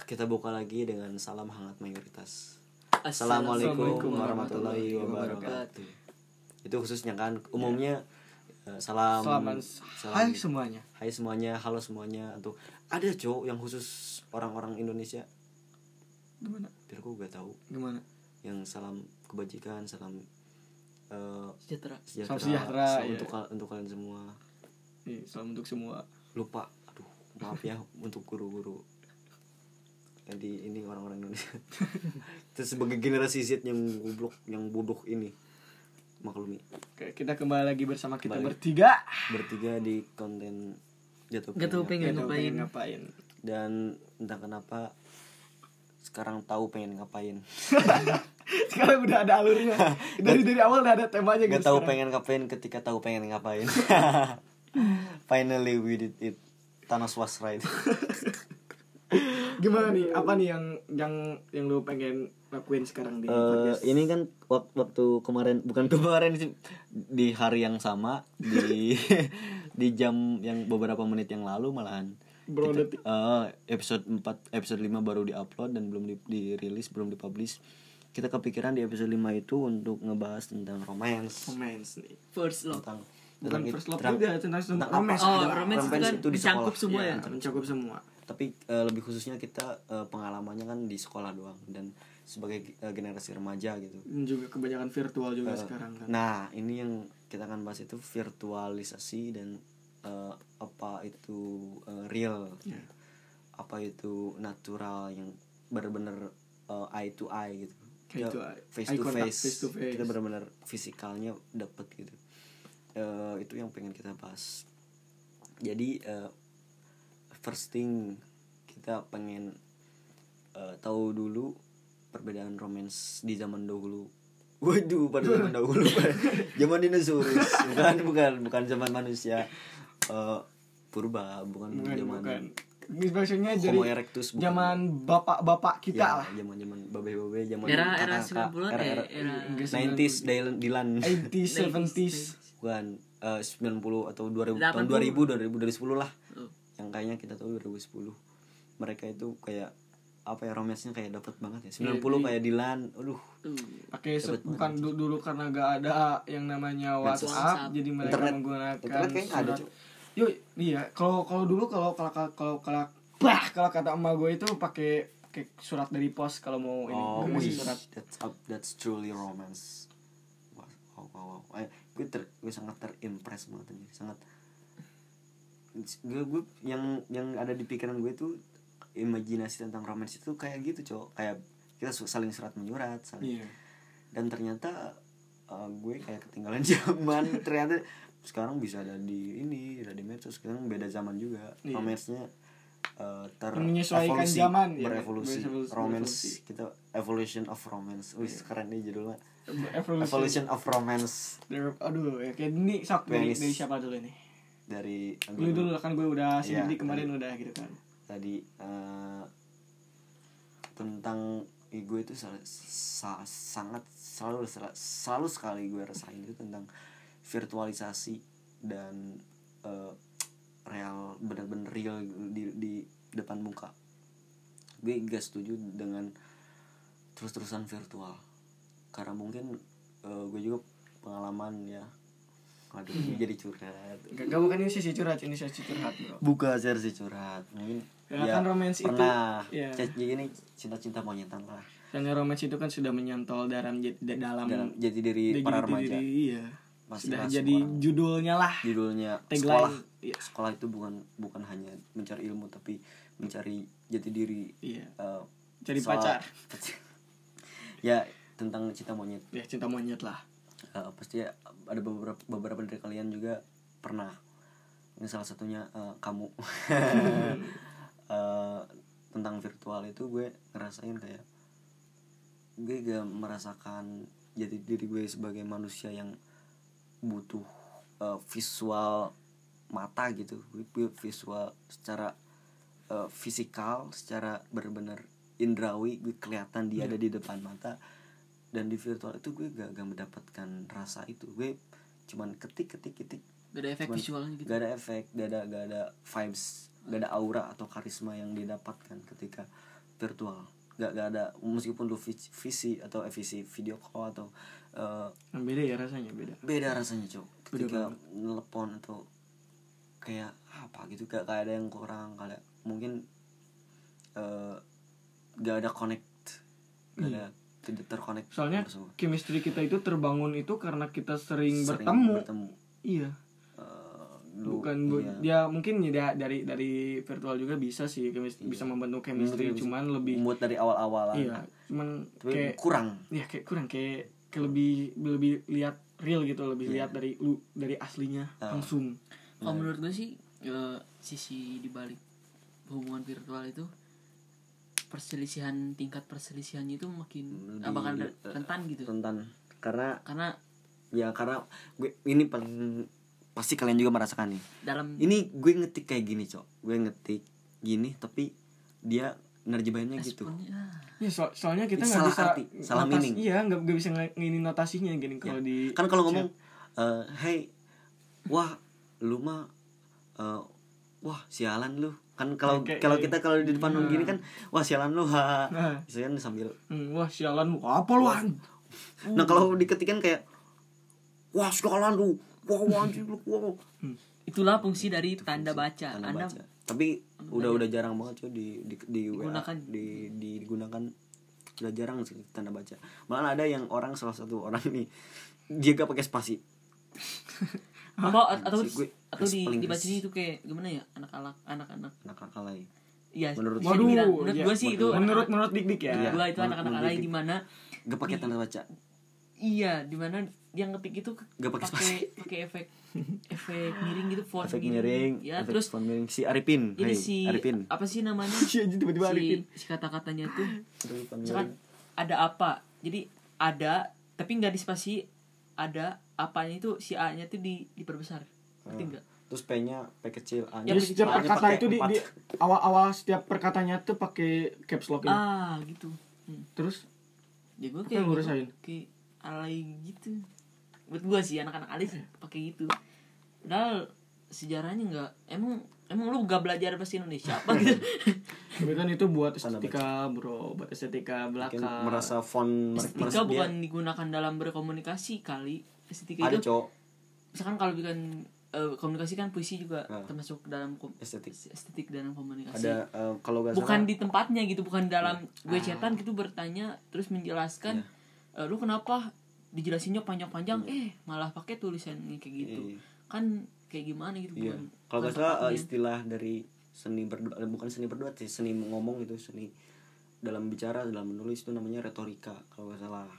Kita buka lagi dengan salam hangat mayoritas. Assalamualaikum warahmatullahi wabarakatuh. Itu khususnya kan, umumnya salam. Hai semuanya. Hai semuanya, halo semuanya. Atau ada cowok yang khusus orang-orang Indonesia. Gimana? Biar gue gak tahu. Gimana? Yang salam kebajikan, salam sejahtera. Salam untuk kalian semua. Iya, salam untuk semua. Lupa, aduh, maaf ya untuk guru-guru. Jadi ini orang-orang Indonesia. Itu sebagai generasi Z yang goblok, yang bodoh ini. Maklumi. Oke, kita kembali lagi bersama kita bertiga di konten Jatuh pengen ngapain. Dan entah kenapa sekarang tahu pengen ngapain. Sekarang udah ada alurnya. Dari awal udah ada temanya gitu. Gak tahu pengen ngapain ketika tahu pengen ngapain. Finally we did it. Thanos was right. Gimana nih? Apa nih yang lu pengen lakuin sekarang di podcast? Ini kan waktu bukan kemarin sih, di hari yang sama di jam yang beberapa menit yang lalu malahan. Episode 5 baru diupload dan belum dirilis, belum dipublish. Kita kepikiran di episode 5 itu untuk ngebahas tentang romance nih. First love. Tentang first love juga, tentang romance. Romance itu mencakup semua ya. Mencakup semua. Tapi lebih khususnya kita pengalamannya kan di sekolah doang dan sebagai generasi remaja gitu. Juga kebanyakan virtual juga sekarang kan. Nah, ini yang kita akan bahas itu virtualisasi dan apa itu real. Yeah. Apa itu natural yang benar-benar eye to eye gitu. Face to face. Kita benar-benar fisikalnya dapet gitu. Itu yang pengen kita bahas. Jadi first thing kita pengen tahu dulu perbedaan romance di zaman dahulu. Waduh, pada zaman dahulu. Zaman dinosaurus. Bukan zaman manusia purba, bukan zaman maksudnya dari Homo erectus, zaman bapak-bapak kita ya, lah. Zaman babe-babe, zaman era 90-an era 90s Dylan 80s 70s. Bukan 90 atau 2000 tahun 2010 lah. Yang kayaknya kita tahu 2010. Mereka itu kayak apa ya, romansnya kayak dapat banget ya. 90 kayak Dylan, aduh. Pakai bukan dulu karena gak ada yang namanya WhatsApp, jadi mereka menggunakan internet kayaknya ada, Cuk. Yuk, iya. Kalau dulu kalau kata emak gue itu pakai surat dari pos kalau mau ini. Surat. That's truly romance. Wow. Gue sangat terimpress banget ini. Sangat gue yang ada di pikiran gue itu imajinasi tentang romance itu kayak gitu, Cok. Kayak kita saling surat menyurat, saling. Yeah. Dan ternyata gue kayak ketinggalan zaman. Ternyata sekarang bisa ada di medsos. Sekarang beda zaman juga. Yeah. Romance-nya menyesuaikan zaman, berevolusi. Romance kita evolution of romance. Wih, keren nih judulnya. Evolution of romance. Aduh, ya kayak ini dari siapa dulu nih? Dari lu dulu kan, gue udah sendiri kemarin udah gitu kan. Tadi tentang gue itu sangat selalu sekali gue rasain itu tentang virtualisasi dan real, benar-benar real di depan muka. Gue gak setuju dengan terus-terusan virtual karena mungkin gue juga pengalaman ya. Aduh, jadi curhat. Gak bukan ini sesi curhat, ini sesi curhat, bro. Bukan sesi curhat. Mungkin ya kan romance itu ya. Ini cinta-cinta monyetan lah. Karena romance itu kan sudah menyantol dalam jati diri para remaja. Iya. Sudah jadi judulnya lah. Judulnya sekolah. Iya. Sekolah itu bukan hanya mencari ilmu tapi mencari jati diri. Iya. Cari pacar. Ya, tentang cinta monyet. Ya, cinta monyet lah. Pasti ada beberapa dari kalian juga pernah. Ini salah satunya kamu. Tentang virtual itu gue ngerasain kayak gue gak merasakan jati diri gue sebagai manusia yang butuh visual mata gitu. Gue visual secara fisikal, secara benar-benar indrawi, gue kelihatan dia ada di depan mata. Dan di virtual itu gue gak mendapatkan rasa itu. Gue cuman ketik. Gak ada efek visualnya gitu. Gak ada efek, gak ada vibes, gak ada aura atau karisma yang didapatkan ketika virtual. Gak ada, meskipun lu visi atau visi video call atau beda ya rasanya, beda rasanya Cok ketika nelpon atau kayak apa gitu, kayak ada yang kurang, kayak mungkin gak ada connect, tidak terconnect. Soalnya chemistry kita itu terbangun itu karena kita sering bertemu. Iya. Bukan dia mungkin ya dari virtual juga bisa sih bisa membentuk chemistry, cuman lebih buat dari awal-awal. Iya, cuman kayak kurang. Iya, kayak kurang, kayak lebih lihat real gitu, lebih lihat dari aslinya langsung. Kalau menurut gue sih sisi dibalik hubungan virtual itu tingkat perselisihannya itu makin bakal rentan gitu. Rentan karena ya karena gue ini paling pasti kalian juga merasakan nih. Ini gue ngetik kayak gini, Cok. Gue ngetik gini tapi dia nerjemahinnya gitu. Ya, soalnya kita nggak bisa salah meaning. Iya, nggak bisa nginin notasinya gini kalau di. Kan kalau ngomong, hey, wah, lu mah, wah sialan lu. Kan kalau kita kalau di depan gini kan, wah sialan lu, ha. Misalnya sambil, wah sialan lu, apa lu? Nah kalau diketikan kayak, wah sialan lu. Wow, anjing lu, wow. Itulah fungsi dari tanda baca. Tapi udah jarang banget Cuy digunakan. Udah jarang sih tanda baca. Malah ada yang salah satu orang nih dia gak pakai spasi. atau dibaca itu kayak gimana ya, anak-anak alay. Iya. Menurut gue sih itu menurut dik ya. Gua itu anak-anak alay di mana gak pakai tanda baca. Iya, di mana yang ngetik itu pakai efek miring gitu, font miring. Ya, terus font miring si Arifin. Ini Arifin. Apa sih namanya? Tiba-tiba Arifin. Si kata-katanya tuh misalkan ada apa. Jadi ada tapi enggak di spasi, ada apanya itu si A-nya tuh diperbesar. Ngerti enggak? Terus P-nya P kecil, A-nya. Jadi setiap perkata itu di awal setiap perkatanya tuh pakai caps lock. Gitu. Terus ya gue kayak kayak alay gitu. Buat gue sih anak-anak alay pakai gitu. Padahal sejarahnya enggak, emang lu gak belajar bahasa Indonesia apa gitu. Tapi kan itu buat estetika, bro, buat estetika belaka. Mungkin merasa font estetika bukan digunakan dalam berkomunikasi kali. Estetika ada, itu misalkan kalau bikin komunikasi kan puisi juga termasuk dalam estetik dalam komunikasi. Ada kalau gak bukan salah, di tempatnya gitu, bukan dalam gue chatan gitu bertanya terus menjelaskan lu kenapa dijelasinnya panjang-panjang malah pakai tulisannya kayak gitu. Kan kayak gimana gitu. Kalau gak salah istilah dari seni berdua, bukan seni berdua sih, seni ngomong itu, seni dalam bicara, dalam menulis itu namanya retorika kalau gak salah.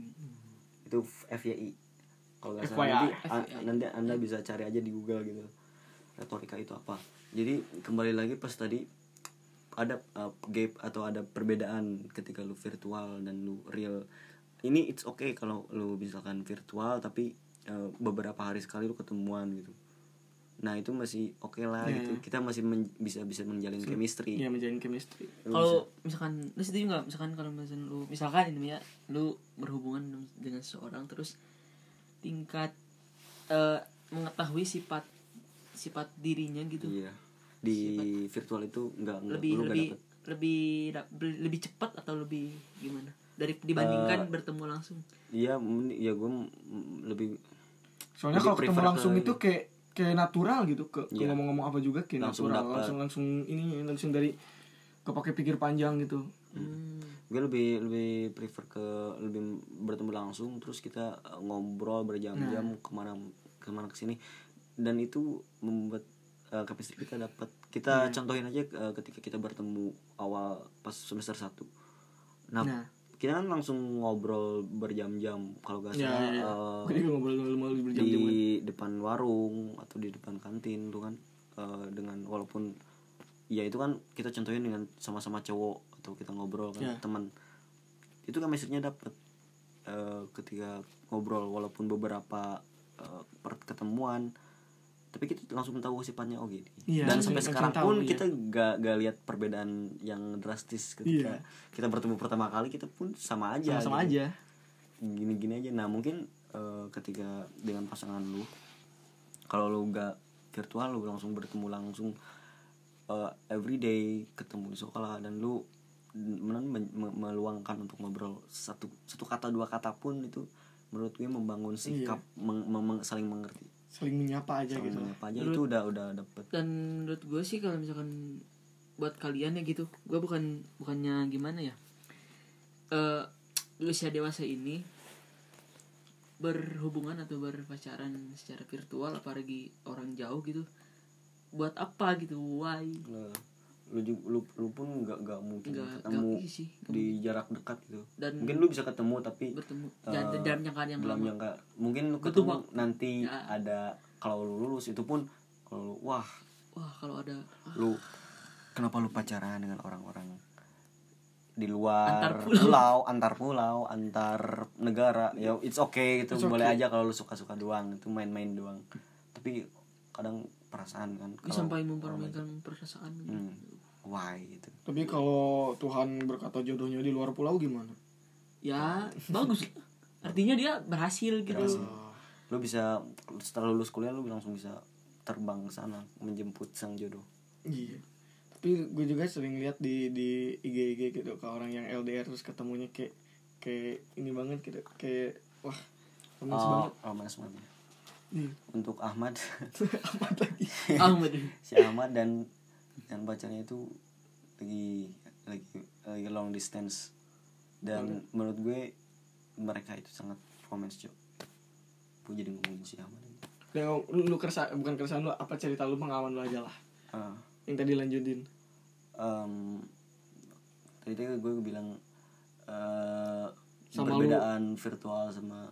Itu FYI. Kalau nggak salah nanti Anda bisa cari aja di Google gitu, retorika itu apa. Jadi kembali lagi pas tadi ada gap atau ada perbedaan ketika lu virtual dan lu real. Ini it's okay kalau lu misalkan virtual tapi beberapa hari sekali lu ketemuan gitu. Nah itu masih oke lah gitu. Kita masih bisa menjalin chemistry. Iya, menjalin chemistry. Kalau misalkan lu setuju nggak? Misalkan kalau misalkan ini ya, lu berhubungan dengan seseorang terus tingkat mengetahui sifat dirinya gitu. Iya. Di virtual itu enggak lebih cepat atau lebih gimana? Dibandingkan bertemu langsung. Iya, ya gue lebih. Soalnya kalau ketemu langsung itu kayak natural gitu, ngomong-ngomong apa juga kayak langsung natural, langsung dari kepake pikir panjang gitu. Gue lebih prefer ke lebih bertemu langsung, terus kita ngobrol berjam-jam kemana kesini, dan itu membuat chemistry kita dapat. Kita contohin aja ketika kita bertemu awal pas semester 1. Nah kita kan langsung ngobrol berjam-jam kalau gak salah di depan warung atau di depan kantin tuh kan, dengan walaupun ya itu kan kita contohin dengan sama-sama cowok atau kita ngobrol kan teman, itu kan message-nya dapet ketika ngobrol walaupun beberapa ketemuan, tapi kita langsung tahu sifatnya gini. Dan sampai sekarang pun kita gak lihat perbedaan yang drastis ketika kita bertemu pertama kali, kita pun sama aja gini-gini aja. Nah mungkin ketika dengan pasangan lu, kalau lu gak virtual, lu langsung bertemu langsung everyday, ketemu di sekolah, dan lu meluangkan untuk ngobrol satu kata dua kata pun itu menurut gue membangun sikap, saling mengerti, saling menyapa aja saling gitu. Menyapa aja itu udah dapet. Dan menurut gue sih kalau misalkan buat kalian ya gitu, gue bukannya gimana ya, di usia dewasa ini berhubungan atau berpacaran secara virtual apalagi orang jauh gitu, buat apa gitu, why? Lu pun nggak mungkin ketemu di jarak dekat gitu. Dan mungkin lu bisa ketemu tapi dalam jangka mungkin lu ketemu nanti ya. Ada kalau lu lulus itu pun kalau wah kalau ada lu kenapa lu pacaran dengan orang-orang di luar antar pulau antar negara, ya it's okay itu boleh aja kalau lu suka-suka doang, itu main-main doang. Tapi kadang perasaan kan sampai mempermainkan perasaan. Why itu. Tapi kalau Tuhan berkata jodohnya di luar pulau gimana? Ya bagus. Artinya dia berhasil gitu. Lu bisa setelah lulus kuliah lu langsung bisa terbang ke sana menjemput sang jodoh. Iya. Tapi gue juga sering lihat di IG gitu ke orang yang LDR terus ketemunya kayak ini banget gitu, kayak wah romantis banget. Iya. Untuk Ahmad lagi. Si Ahmad dan pacarnya itu lagi long distance dan menurut gue mereka itu sangat romance Cok. Gue jadi ngomongin si Ahmad ini. Lu bukan keresahan lu, apa cerita lu pengalaman lu aja lah. Yang tadi lanjutin. Tadi gue bilang perbedaan virtual sama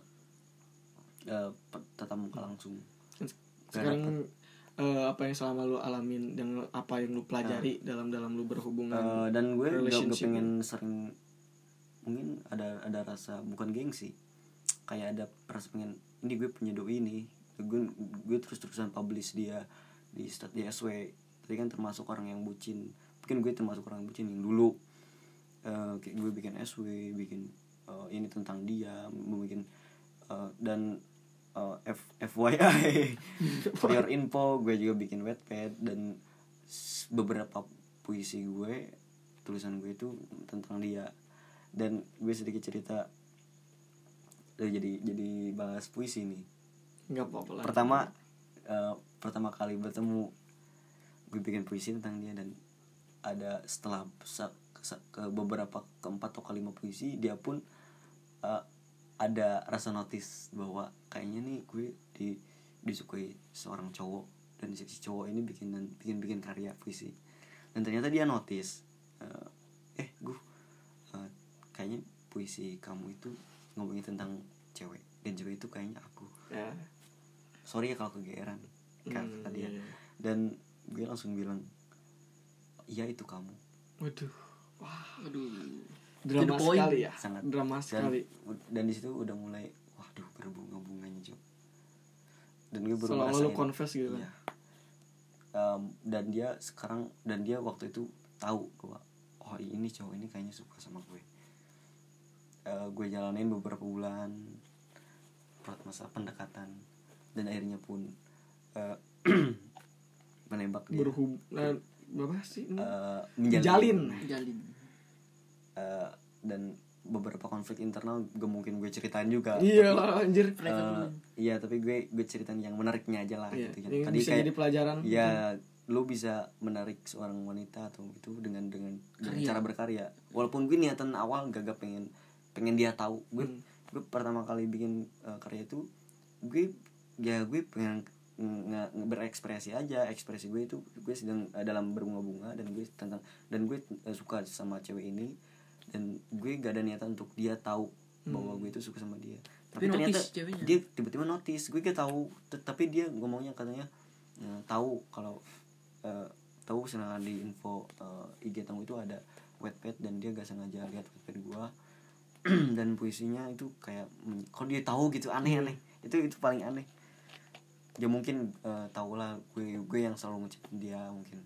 tatap muka langsung. Sekarang apa yang selama lu alamin dan apa yang lu pelajari dalam lu berhubungan dan gue gak pengen sering, mungkin ada rasa bukan gengsi, kayak ada rasa pengen ini gue punya doi ini, gue terus-terusan publish dia di SW. Tadi kan termasuk orang yang bucin, mungkin gue termasuk orang bucin yang dulu kayak gue bikin SW, bikin ini tentang dia, bikin dan FYI for your info, gue juga bikin Wattpad dan beberapa puisi gue, tulisan gue itu tentang dia. Dan gue sedikit cerita, jadi bahas puisi nih. Nggak apa-apa lah. Pertama kali bertemu gue bikin puisi tentang dia, dan ada setelah ke beberapa keempat atau kelima puisi dia pun ada rasa notice bahwa kayaknya nih gue disukai seorang cowok, dan si cowok ini bikin karya puisi, dan ternyata dia notice gue kayaknya puisi kamu itu ngomongin tentang cewek, dan cewek itu kayaknya aku. Sorry ya kalau kegeeran kata dia. Dan gue langsung bilang iya itu kamu. Waduh drama sekali ya, sangat drama sekali. Dan di situ udah mulai waduh berbunga-bunganya Cok. Dan gue baru ngerasain lu confess gitu iya. Dan dia waktu itu tahu bahwa ini cowok ini kayaknya suka sama gue. Gue jalanin beberapa bulan masa pendekatan, dan akhirnya pun menembak dia. Berapa sih? Menjalin. Dan beberapa konflik internal gak mungkin gue ceritain juga. Iya lah anjir. Iya, tapi gue ceritain yang menariknya aja lah gitu. Tadi bisa kayak, jadi pelajaran. Iya, lu bisa menarik seorang wanita atau itu dengan cara berkarya. Walaupun gue niatan awal gak pengen dia tahu. Gue pertama kali bikin karya itu gue pengen berekspresi aja. Ekspresi gue itu gue sedang dalam berbunga-bunga, dan gue suka sama cewek ini, dan gue gak ada niatan untuk dia tahu bahwa gue itu suka sama dia. Tapi ternyata dia tiba-tiba notice, gue gak tahu, tapi dia ngomongnya katanya tahu kalau tahu senang di info IG tamu itu ada Wattpad, dan dia gak sengaja lihat Wattpad gue. Dan puisinya itu kayak kalau dia tahu gitu aneh itu paling aneh. Ya mungkin tau lah gue yang selalu ngechat dia mungkin.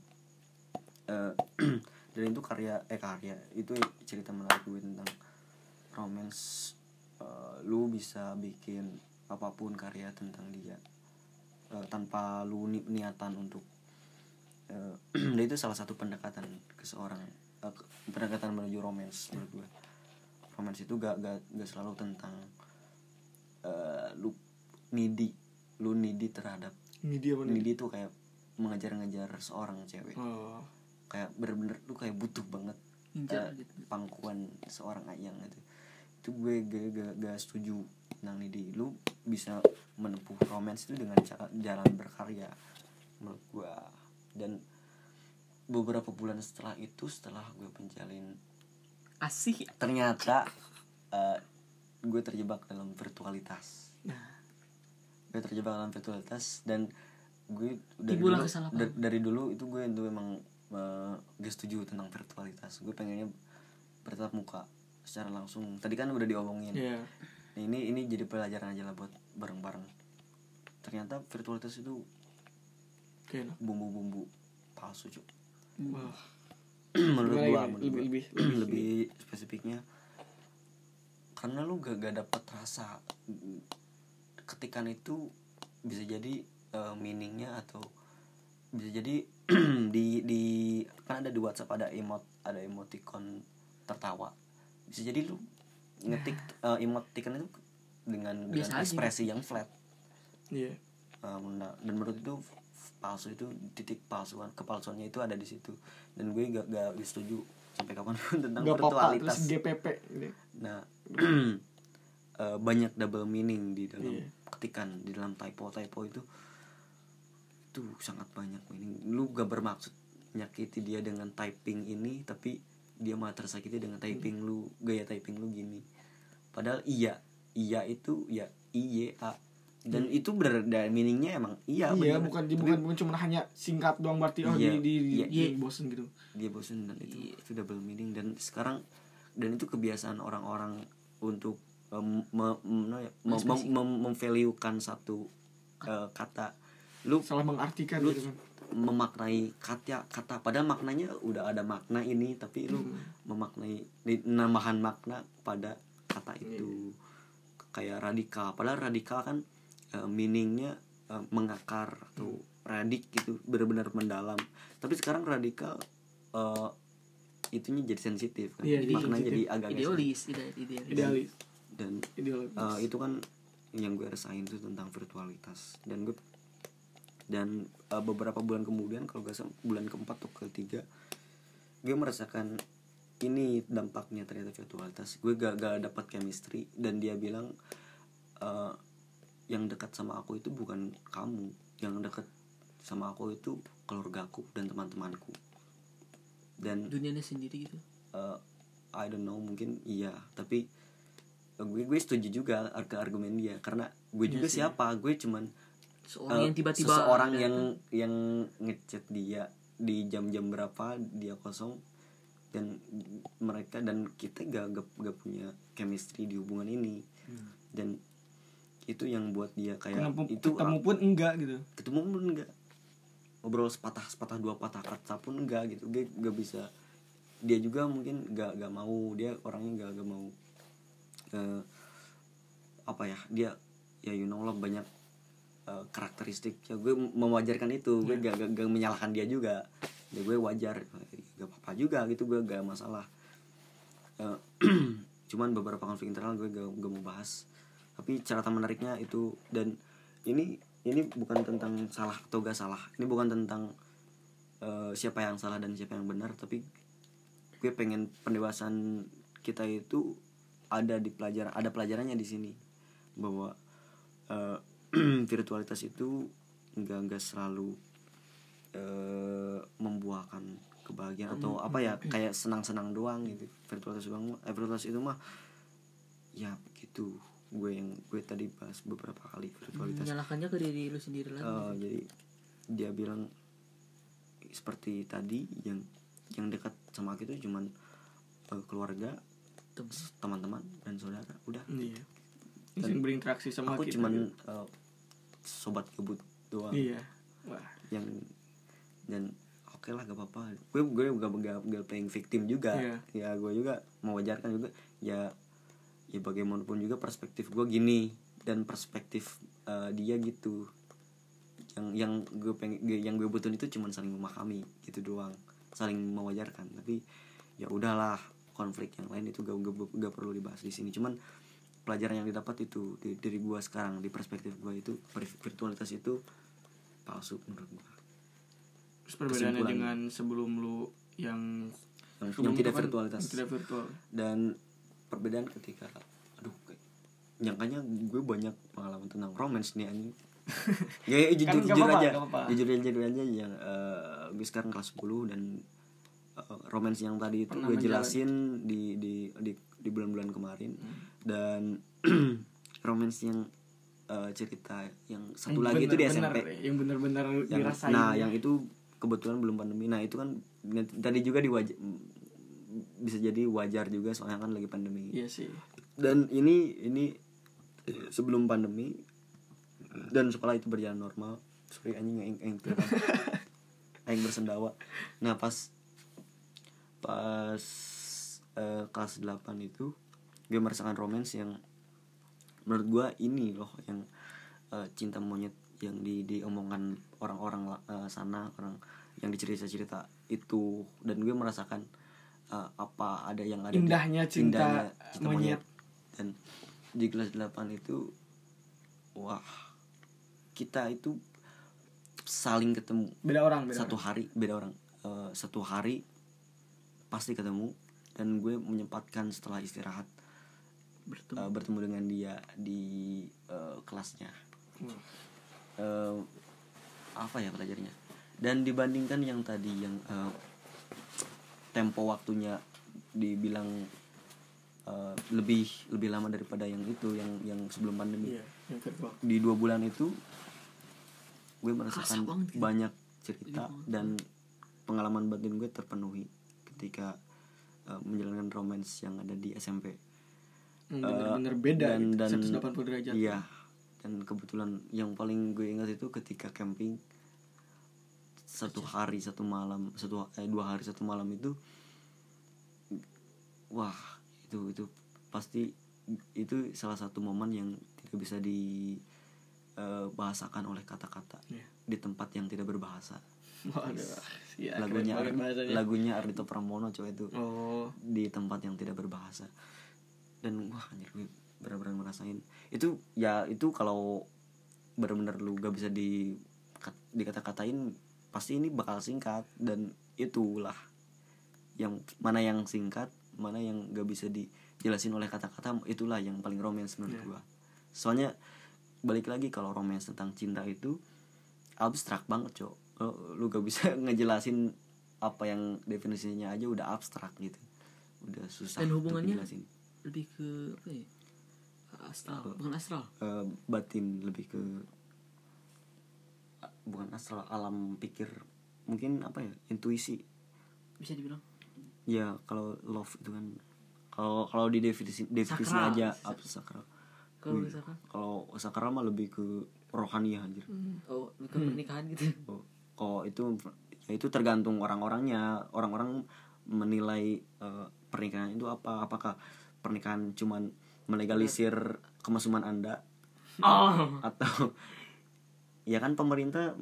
Dan itu karya itu cerita menarik gue tentang romance. Lu bisa bikin apapun karya tentang dia tanpa lu niatan untuk dan itu salah satu pendekatan ke seorang pendekatan menuju romance menurut gue. Romance itu gak selalu tentang lu needy terhadap needy itu kayak mengejar-ngejar seorang cewek. Kayak bener-bener lu kayak butuh banget pangkuan seorang ayang gitu. Itu gue gak setuju tentang needy. Lu bisa menempuh romance itu dengan jalan berkarya menurut gue. Dan beberapa bulan setelah gue menjalin asih, ternyata gue terjebak dalam virtualitas. Dan gue dari dulu itu gue emang gak setuju tentang virtualitas. Gue pengennya bertatap muka secara langsung. Tadi kan udah diomongin. Nah, ini jadi pelajaran aja lah buat bareng-bareng. Ternyata virtualitas itu bumbu-bumbu palsu, Cuk. Menurut gua lebih spesifiknya karena lu gak dapat rasa ketikan itu. Bisa jadi meaningnya atau bisa jadi di kan ada di WhatsApp ada emoticon tertawa. Bisa jadi lu ngetik emoticon itu dengan ekspresi yang flat. Dan menurut itu palsu, itu titik kepalsuannya itu ada di situ. Dan gue gak setuju sampai kapanpun tentang virtualitas. Terus GPP gitu. Nah banyak double meaning di dalam ketikan, di dalam typo itu sangat banyak meaning. Lu gak bermaksud nyakiti dia dengan typing ini, tapi dia malah tersakiti dengan typing lu, gaya typing lu gini. Padahal iya itu ya IYA. Dan itu meaningnya emang iya bukan cuma hanya singkat doang berarti dia bosen gitu. Dia bosen dan itu double meaning. Dan sekarang itu kebiasaan orang-orang untuk memvaluekan satu kata. Lu salah mengartikan lu gitu kan. Memaknai kata padahal maknanya udah ada makna ini, tapi lu memaknai nambahan makna pada kata itu. Kayak radikal, padahal radikal kan meaningnya mengakar atau radik gitu, benar-benar mendalam. Tapi sekarang radikal itunya jadi sensitif kan, maknanya jadi agak idealis. Dan itu kan yang gue rasain tuh tentang virtualitas. Dan beberapa bulan kemudian, kalau gak salah bulan keempat atau ketiga, gue merasakan ini dampaknya ternyata virtualitas. Gue gak dapat chemistry. Dan dia bilang yang dekat sama aku itu bukan kamu, yang dekat sama aku itu keluargaku dan teman-temanku. Dan dunianya sendiri gitu. I don't know, mungkin iya, tapi gue setuju juga argumen dia, karena gue juga siapa, gue cuman seorang yang tiba-tiba seseorang yang ngechat dia di jam-jam berapa dia kosong, dan mereka dan kita gak punya chemistry di hubungan ini. Dan itu yang buat dia kayak ketemu pun enggak gitu, ngobrol sepatah dua patah kata pun enggak gitu. Gue gak bisa, dia juga mungkin gak mau, dia orangnya gak mau dia you know lah, banyak karakteristik ya. Gue mewajarkan itu, gue gak menyalahkan dia juga ya. Gue wajar, gak apa-apa juga gitu, gue gak masalah. Cuman beberapa konflik internal gue gak mau bahas. Tapi catatan menariknya itu, dan ini bukan tentang salah atau gak salah, ini bukan tentang siapa yang salah dan siapa yang benar, tapi gue pengen pendewasaan kita itu ada pelajarannya di sini, bahwa virtualitas itu enggak selalu membuahkan kebahagiaan atau kayak senang-senang doang gitu. Virtualitas itu mah ya begitu. Gue tadi bahas beberapa kali virtualitas. Menyalahkannya ke diri lu sendiri lagi. Jadi dia bilang seperti tadi, yang dekat sama aku itu cuman keluarga, teman-teman dan saudara, udah. Iya. Yang berinteraksi sama aku kita. Cuman sobat kebut doang. Iya. Wah. Dan oke lah, gak apa-apa. Gue gak playing victim juga. Iya. Ya gue juga mewajarkan juga. Ya bagaimanapun juga perspektif gue gini, dan perspektif dia gitu. Yang gue butuhin itu cuman saling memahami gitu doang, saling mewajarkan. Tapi ya udahlah, konflik yang lain itu gak perlu dibahas di sini. Cuman pelajaran yang didapat itu dari gue sekarang, di perspektif gue itu virtualitas itu palsu menurut gue. Terus perbedaannya dengan sebelum lu yang tidak virtualitas, tidak virtual. Dan perbedaan ketika nyangkanya gue banyak pengalaman tentang romance nih anjing. Ya jujur aja yang gue sekarang kelas 10 dan romance yang tadi itu gue jelasin di bulan-bulan kemarin. Dan romance yang cerita yang satu yang lagi itu di SMP yang benar-benar dirasain. Nah yang itu kebetulan belum pandemi. Nah itu kan tadi juga bisa jadi wajar juga soalnya kan lagi pandemi. Iya sih. Dan ini sebelum pandemi dan sekolah itu berjalan normal. Sorry anjing aing bersendawa. Nah pas kelas 8 itu gue merasakan romance yang menurut gue ini loh yang cinta monyet yang diomongkan orang-orang sana, orang yang dicerita-cerita itu. Dan gue merasakan apa ada yang ada indahnya cinta monyet. Dan di kelas 8 itu wah, kita itu saling ketemu satu hari pasti ketemu. Dan gue menyempatkan setelah istirahat bertemu dengan dia di kelasnya. Apa ya pelajarannya? Dan dibandingkan yang tadi yang tempo waktunya dibilang lebih lama daripada yang itu yang sebelum pandemi. Di 2 bulan itu gue merasakan banyak cerita dan pengalaman batin gue terpenuhi ketika menjalankan romance yang ada di SMP. Bener-bener beda dan 180 derajat. Iya. Dan kebetulan yang paling gue ingat itu ketika camping 2 hari 1 malam itu, wah itu pasti itu salah satu momen yang tidak bisa dibahasakan oleh kata-kata. Di tempat yang tidak berbahasa. Ya, lagunya Ardhito Pramono coba itu. Di tempat yang tidak berbahasa. Dan wah anjir gue benar-benar ngerasain itu. Ya itu kalau benar-benar lu gak bisa dikata-katain pasti ini bakal singkat. Dan itulah yang mana yang singkat, mana yang gak bisa dijelasin oleh kata-kata, itulah yang paling romance menurut gua. Soalnya balik lagi, kalau romance tentang cinta itu abstrak banget cok. Lu gak bisa ngejelasin apa yang definisinya aja udah abstrak gitu, udah susah. Dan hubungannya lebih ke apa ya, astral, bukan astral, batin, lebih ke bukan astral, alam pikir mungkin, apa ya, intuisi bisa dibilang. Ya kalau love itu kan kalau di definisinya aja sakral. Kalau sakral mah lebih ke rohani ya anjir. Ke pernikahan gitu. Kalau itu tergantung orang-orangnya. Orang-orang menilai pernikahan itu apakah pernikahan cuman melegalisir kemasuman Anda atau ya kan pemerintah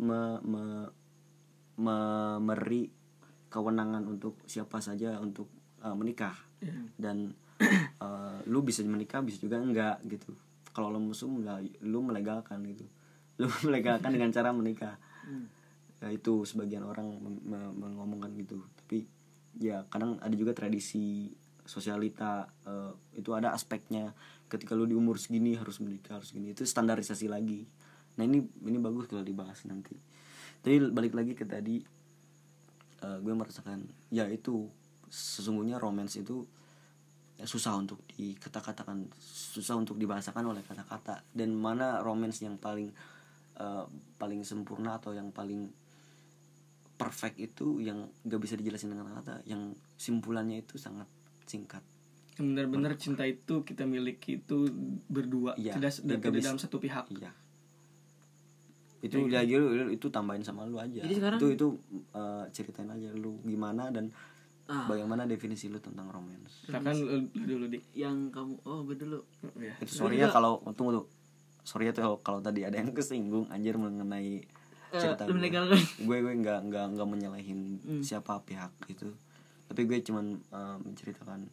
memberi kewenangan untuk siapa saja untuk menikah. Dan lu bisa menikah, bisa juga enggak gitu. Kalau lu musuh enggak, lu melegalkan gitu. Lu melegalkan dengan cara menikah. Ya, itu sebagian orang mengomongkan gitu. Tapi ya kadang ada juga tradisi sosialita, itu ada aspeknya. Ketika lu di umur segini harus menikah, harus gini. Itu standarisasi lagi. Nah ini bagus kalau dibahas nanti. Tapi balik lagi ke tadi, gue merasakan ya itu sesungguhnya romance itu susah untuk dikata-katakan, susah untuk dibahasakan oleh kata-kata. Dan mana romance yang paling sempurna atau yang paling perfect itu yang gak bisa dijelasin dengan kata-kata, yang simpulannya itu sangat singkat. Benar-benar cinta itu kita miliki itu berdua, tidak dalam satu pihak. Iya. Itu ya itu tambahin sama lu aja. Jadi sekarang, itu ceritain aja lu gimana dan bagaimana definisi lu tentang romance. Silakan dulu Dik. Yang kamu gue dulu. Ya. Itu sorry ya kalau tunggu. Sorry ya tuh kalau tadi ada yang kesinggung anjir mengenai cerita gue. Gue enggak menyalahin siapa pihak itu. tapi gue cuman menceritakan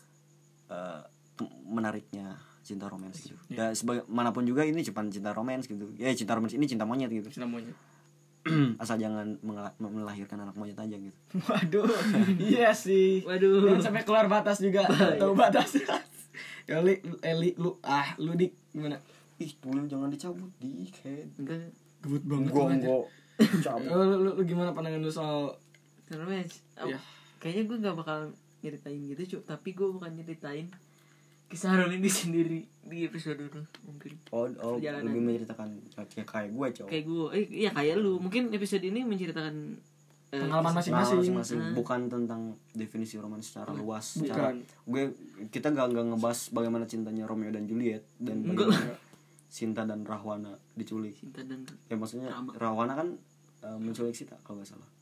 menariknya cinta romans gitu. Ya sebagaimanapun juga ini cuma cinta romans gitu. Ya cinta romans ini cinta monyet gitu. Cinta monyet. Asal jangan melahirkan anak monyet aja gitu. Waduh. Iya sih. Waduh. Jangan sampai keluar batas juga. Tahu batas. Ya Eli lu Dik gimana? Ih, dulu jangan dicabut Dik. Enggak. Gebut banget. Gongo. Cabut. Lu gimana pandangan lu soal romance? Iya. Kayaknya gue nggak bakal nyeritain gitu, tapi gue bukan nyeritain kisah Ronindi sendiri di episode itu mungkin. Lebih menceritakan kayak gue, Cok. Kayak gue, iya kayak lu. Mungkin episode ini menceritakan pengalaman masing-masing. Bukan tentang definisi romans secara luas. Bukan. Kita nggak ngebahas bagaimana cintanya Romeo dan Juliet dan bagaimana Sinta dan Rahwana diculik. Sinta dan maksudnya Rahwana kan menculik Sita kalau nggak salah.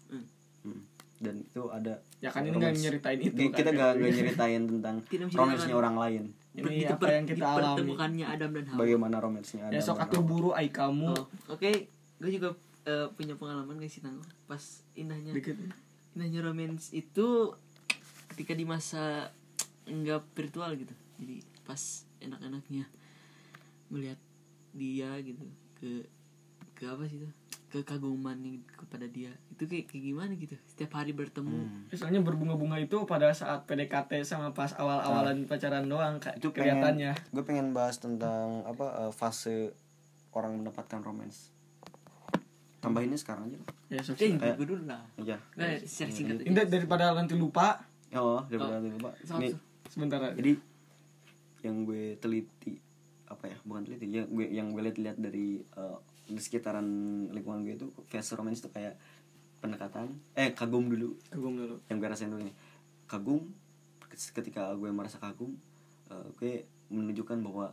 Dan itu ada ya kan ini nggak nyeritain itu kita nggak nyeritain tentang romansnya orang lain. Ini apa yang kita alami, pertemukannya Adam dan Hawa, bagaimana romansnya Adam. Ya sok atuh buru ai kamu. Oke. Gue juga punya pengalaman guys tentang pas indahnya romance itu ketika di masa enggak virtual gitu. Jadi pas enak-enaknya melihat dia gitu, ke apa sih itu, kekaguman nih kepada dia itu kayak gimana gitu setiap hari bertemu. Misalnya berbunga-bunga itu pada saat PDKT sama pas awal-awalan pacaran doang kayak itu kelihatannya. Gue pengen bahas tentang fase orang mendapatkan romance. Tambahinnya sekarang aja lah. Ya gue dulu lah. Iya. Nah, secara singkat ini daripada nanti lupa. Daripada nanti lupa. Ini sebentar. Jadi yang gue teliti bukan teliti ya, yang gue lihat dari di sekitaran lingkungan gue itu fase romance itu kayak pendekatan kagum dulu yang gue rasain dulu nih. Kagum, ketika gue merasa kagum, gue menunjukkan bahwa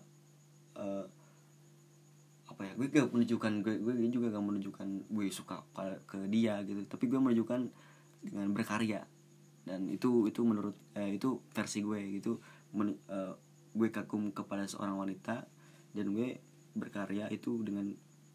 gue juga gak menunjukkan gue suka ke dia gitu, tapi gue menunjukkan dengan berkarya. Dan itu menurut itu versi gue gitu. Gue kagum kepada seorang wanita dan gue berkarya itu dengan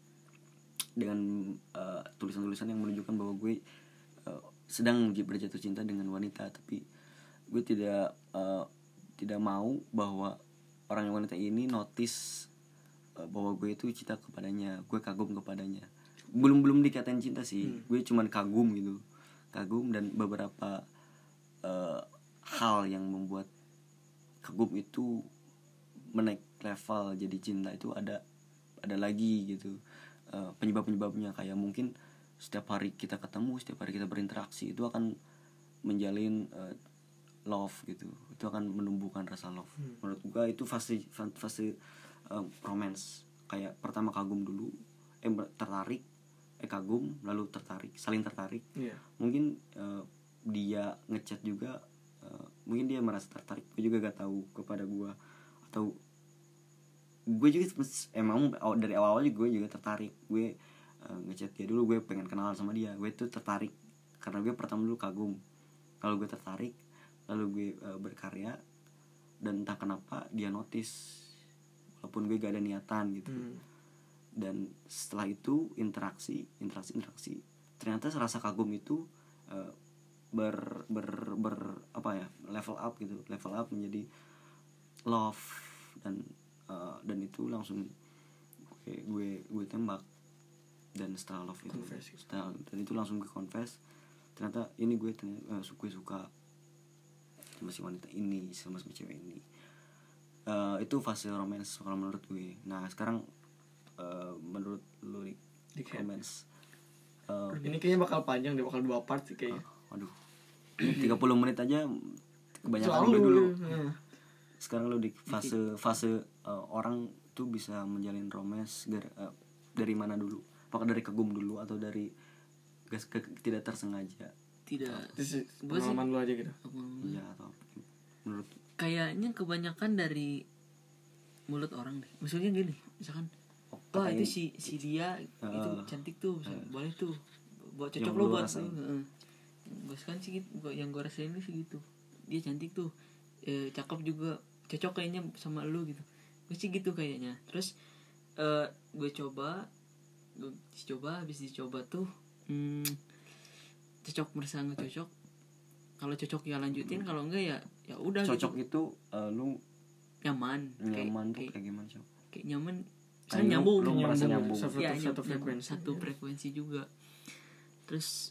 tulisan-tulisan yang menunjukkan bahwa gue sedang berjatuh cinta dengan wanita, tapi gue tidak mau bahwa orang wanita ini notice bahwa gue itu cinta kepadanya, gue kagum kepadanya. Belum dikatain cinta sih, gue cuman kagum gitu, kagum. Dan beberapa hal yang membuat kagum itu menaik level jadi cinta itu ada lagi gitu. Penyebabnya kayak mungkin setiap hari kita ketemu, setiap hari kita berinteraksi itu akan menjalin love gitu, itu akan menumbuhkan rasa love. Menurut gue itu fase romance. Kayak pertama kagum dulu, tertarik, kagum, lalu tertarik, saling tertarik. Mungkin dia ngechat juga, mungkin dia merasa tertarik, gue juga gak tahu kepada gue, atau gue juga emang dari awal gue juga tertarik. Gue ngechat dia dulu, gue pengen kenalan sama dia, gue tuh tertarik karena gue pertama dulu kagum, lalu gue tertarik, lalu gue berkarya, dan entah kenapa dia notice walaupun gue gak ada niatan gitu. Dan setelah itu interaksi, ternyata rasa kagum itu level up menjadi love. Dan itu langsung gue tembak. Dan setelah love itu dan itu langsung gue confess, ternyata ini gue suka sama si wanita ini, sama si cewek ini. Itu fase romance kalau menurut gue. Nah sekarang menurut lu romance, ini kayaknya bakal panjang deh, bakal 2 part sih kayaknya. Waduh, 30 menit aja kebanyakan gue dulu. Sekarang lu di fase orang tuh bisa menjalin romance dari mana dulu? Apakah dari kagum dulu atau dari tidak tersengaja? Tidak. Pengalaman lu aja gitu. Iya, atau menurut kayaknya kebanyakan dari mulut orang deh. Maksudnya gini, misalkan wah itu si dia itu cantik tuh, boleh tuh buat cocok lo buat lu. Bos kan sih gitu, yang gue rasain sih gitu. Dia cantik tuh, cakep juga, cocok kayaknya sama lu gitu. Gue sih gitu kayaknya. Terus gue coba habis dicoba tuh cocok, merasa nggak cocok, kalau cocok ya lanjutin, kalau enggak ya udah. Cocok gitu. Itu lu nyaman tuh kayak gimana coba? Kayak nyaman, kan nyambung, lu merasa nyambung. Satu frekuensi. Satu frekuensi juga. Terus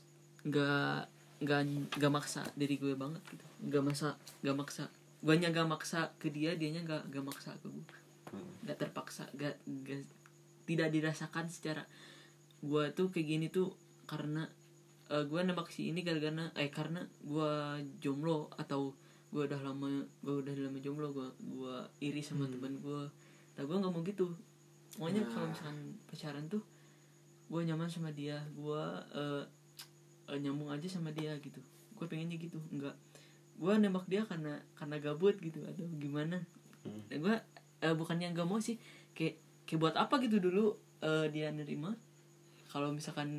nggak maksa diri gue banget gitu, nggak maksa gue nya nggak maksa ke dianya nggak maksa ke gue, nggak terpaksa, tidak dirasakan secara gue tuh kayak gini tuh karena gue nembak si ini karena gue jomblo, atau gue udah lama jomblo, gue iri sama teman gue. Nah gue nggak mau gitu. Pokoknya kalau misalkan pacaran tuh gue nyaman sama dia, gue nyambung aja sama dia gitu. Gue pengennya gitu, enggak gue nembak dia karena gabut gitu atau gimana. Dan gue bukannya nggak mau sih, kayak buat apa gitu dulu dia nerima. Kalau misalkan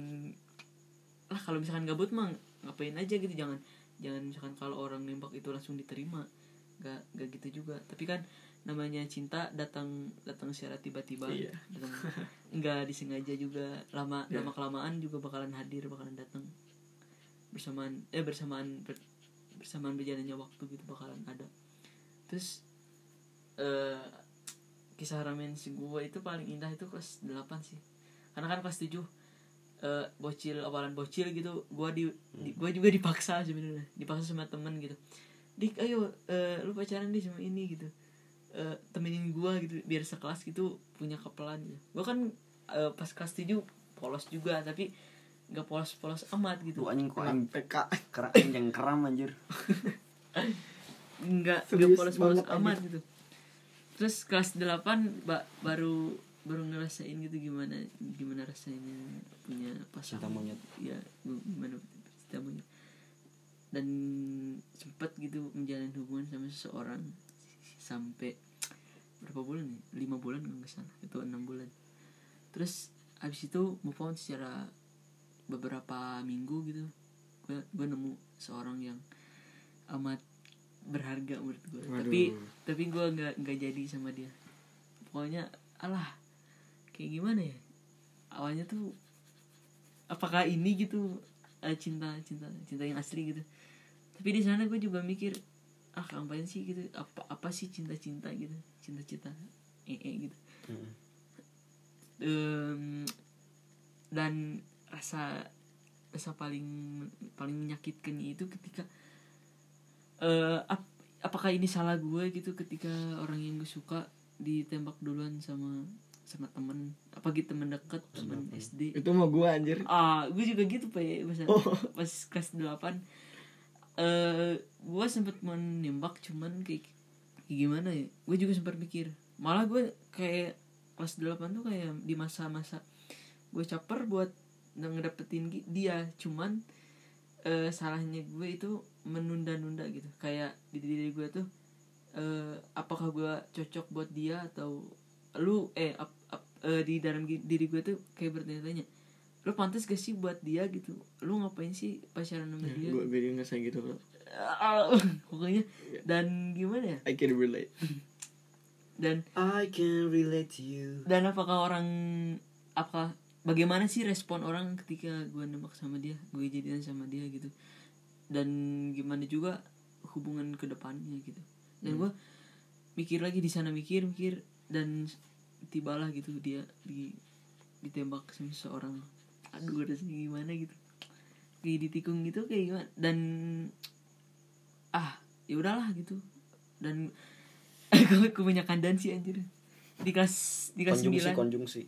gabut mah ngapain aja gitu, jangan misalkan kalau orang nembak itu langsung diterima, nggak gitu juga. Tapi kan namanya cinta datang secara tiba-tiba, datang nggak disengaja juga, lama kelamaan juga bakalan datang bersamaan berjalannya waktu gitu, bakalan ada. Terus kisah romantis gue itu paling indah itu kelas 8 sih, karena kan kelas 7 awalan bocil gitu, gue juga dipaksa sebenarnya, sama temen gitu. Dik ayo lu pacaran di sama ini gitu, temenin gue gitu biar sekelas gitu punya kepelan gitu. Gue kan pas kelas 7 polos juga, tapi nggak polos amat gitu. Anjing kok PK yang keram anjir. nggak polos amat gitu. Terus kelas 8 baru ngerasain gitu gimana rasanya punya pasangan, cinta monyet. Ya gimana cinta monyet. Dan sempat gitu menjalin hubungan sama seseorang sampai berapa bulan ya? 5 bulan nggak salah, itu 6 bulan. Terus abis itu move on secara beberapa minggu gitu. Gue nemu seorang yang amat berharga menurut gue. Tapi gue nggak jadi sama dia. Pokoknya kayak gimana ya, awalnya tuh apakah ini gitu cinta yang asli gitu. Tapi di sana gue juga mikir ngapain sih gitu, apa sih cinta gitu, cinta gitu. Dan rasa paling menyakitkan itu ketika apakah ini salah gue gitu, ketika orang yang gue suka ditembak duluan sama temen, apa gitu, temen dekat, temen SD. Itu mah gue anjir. Gue juga gitu pas kelas 8. Gue sempet menembak, cuman kayak gimana ya, gue juga sempat mikir, malah gue kayak kelas 8 tuh kayak di masa-masa gue caper buat ngedapetin dia, cuman salahnya gue itu menunda-nunda gitu. Kayak di diri gue tuh apakah gue cocok buat dia, atau lu di dalam diri gue tuh kayak bertanya-tanya, lu pantas gak sih buat dia gitu, lu ngapain sih pacaran sama dia. Gue ngerasa gitu bro. Pokoknya dan gimana ya, I can relate. Dan I can relate to you. Dan bagaimana sih respon orang ketika gue nembak sama dia, gue jadian sama dia gitu, dan gimana juga hubungan kedepannya gitu. Dan gue mikir lagi di sana, mikir dan tibalah gitu dia ditembak sama seseorang. Aduh rasanya gimana gitu, kayak ditikung gitu, kayak gimana. Dan ya udahlah gitu. Dan gue kebanyakan dansi anjir di kelas 9 konjungsi.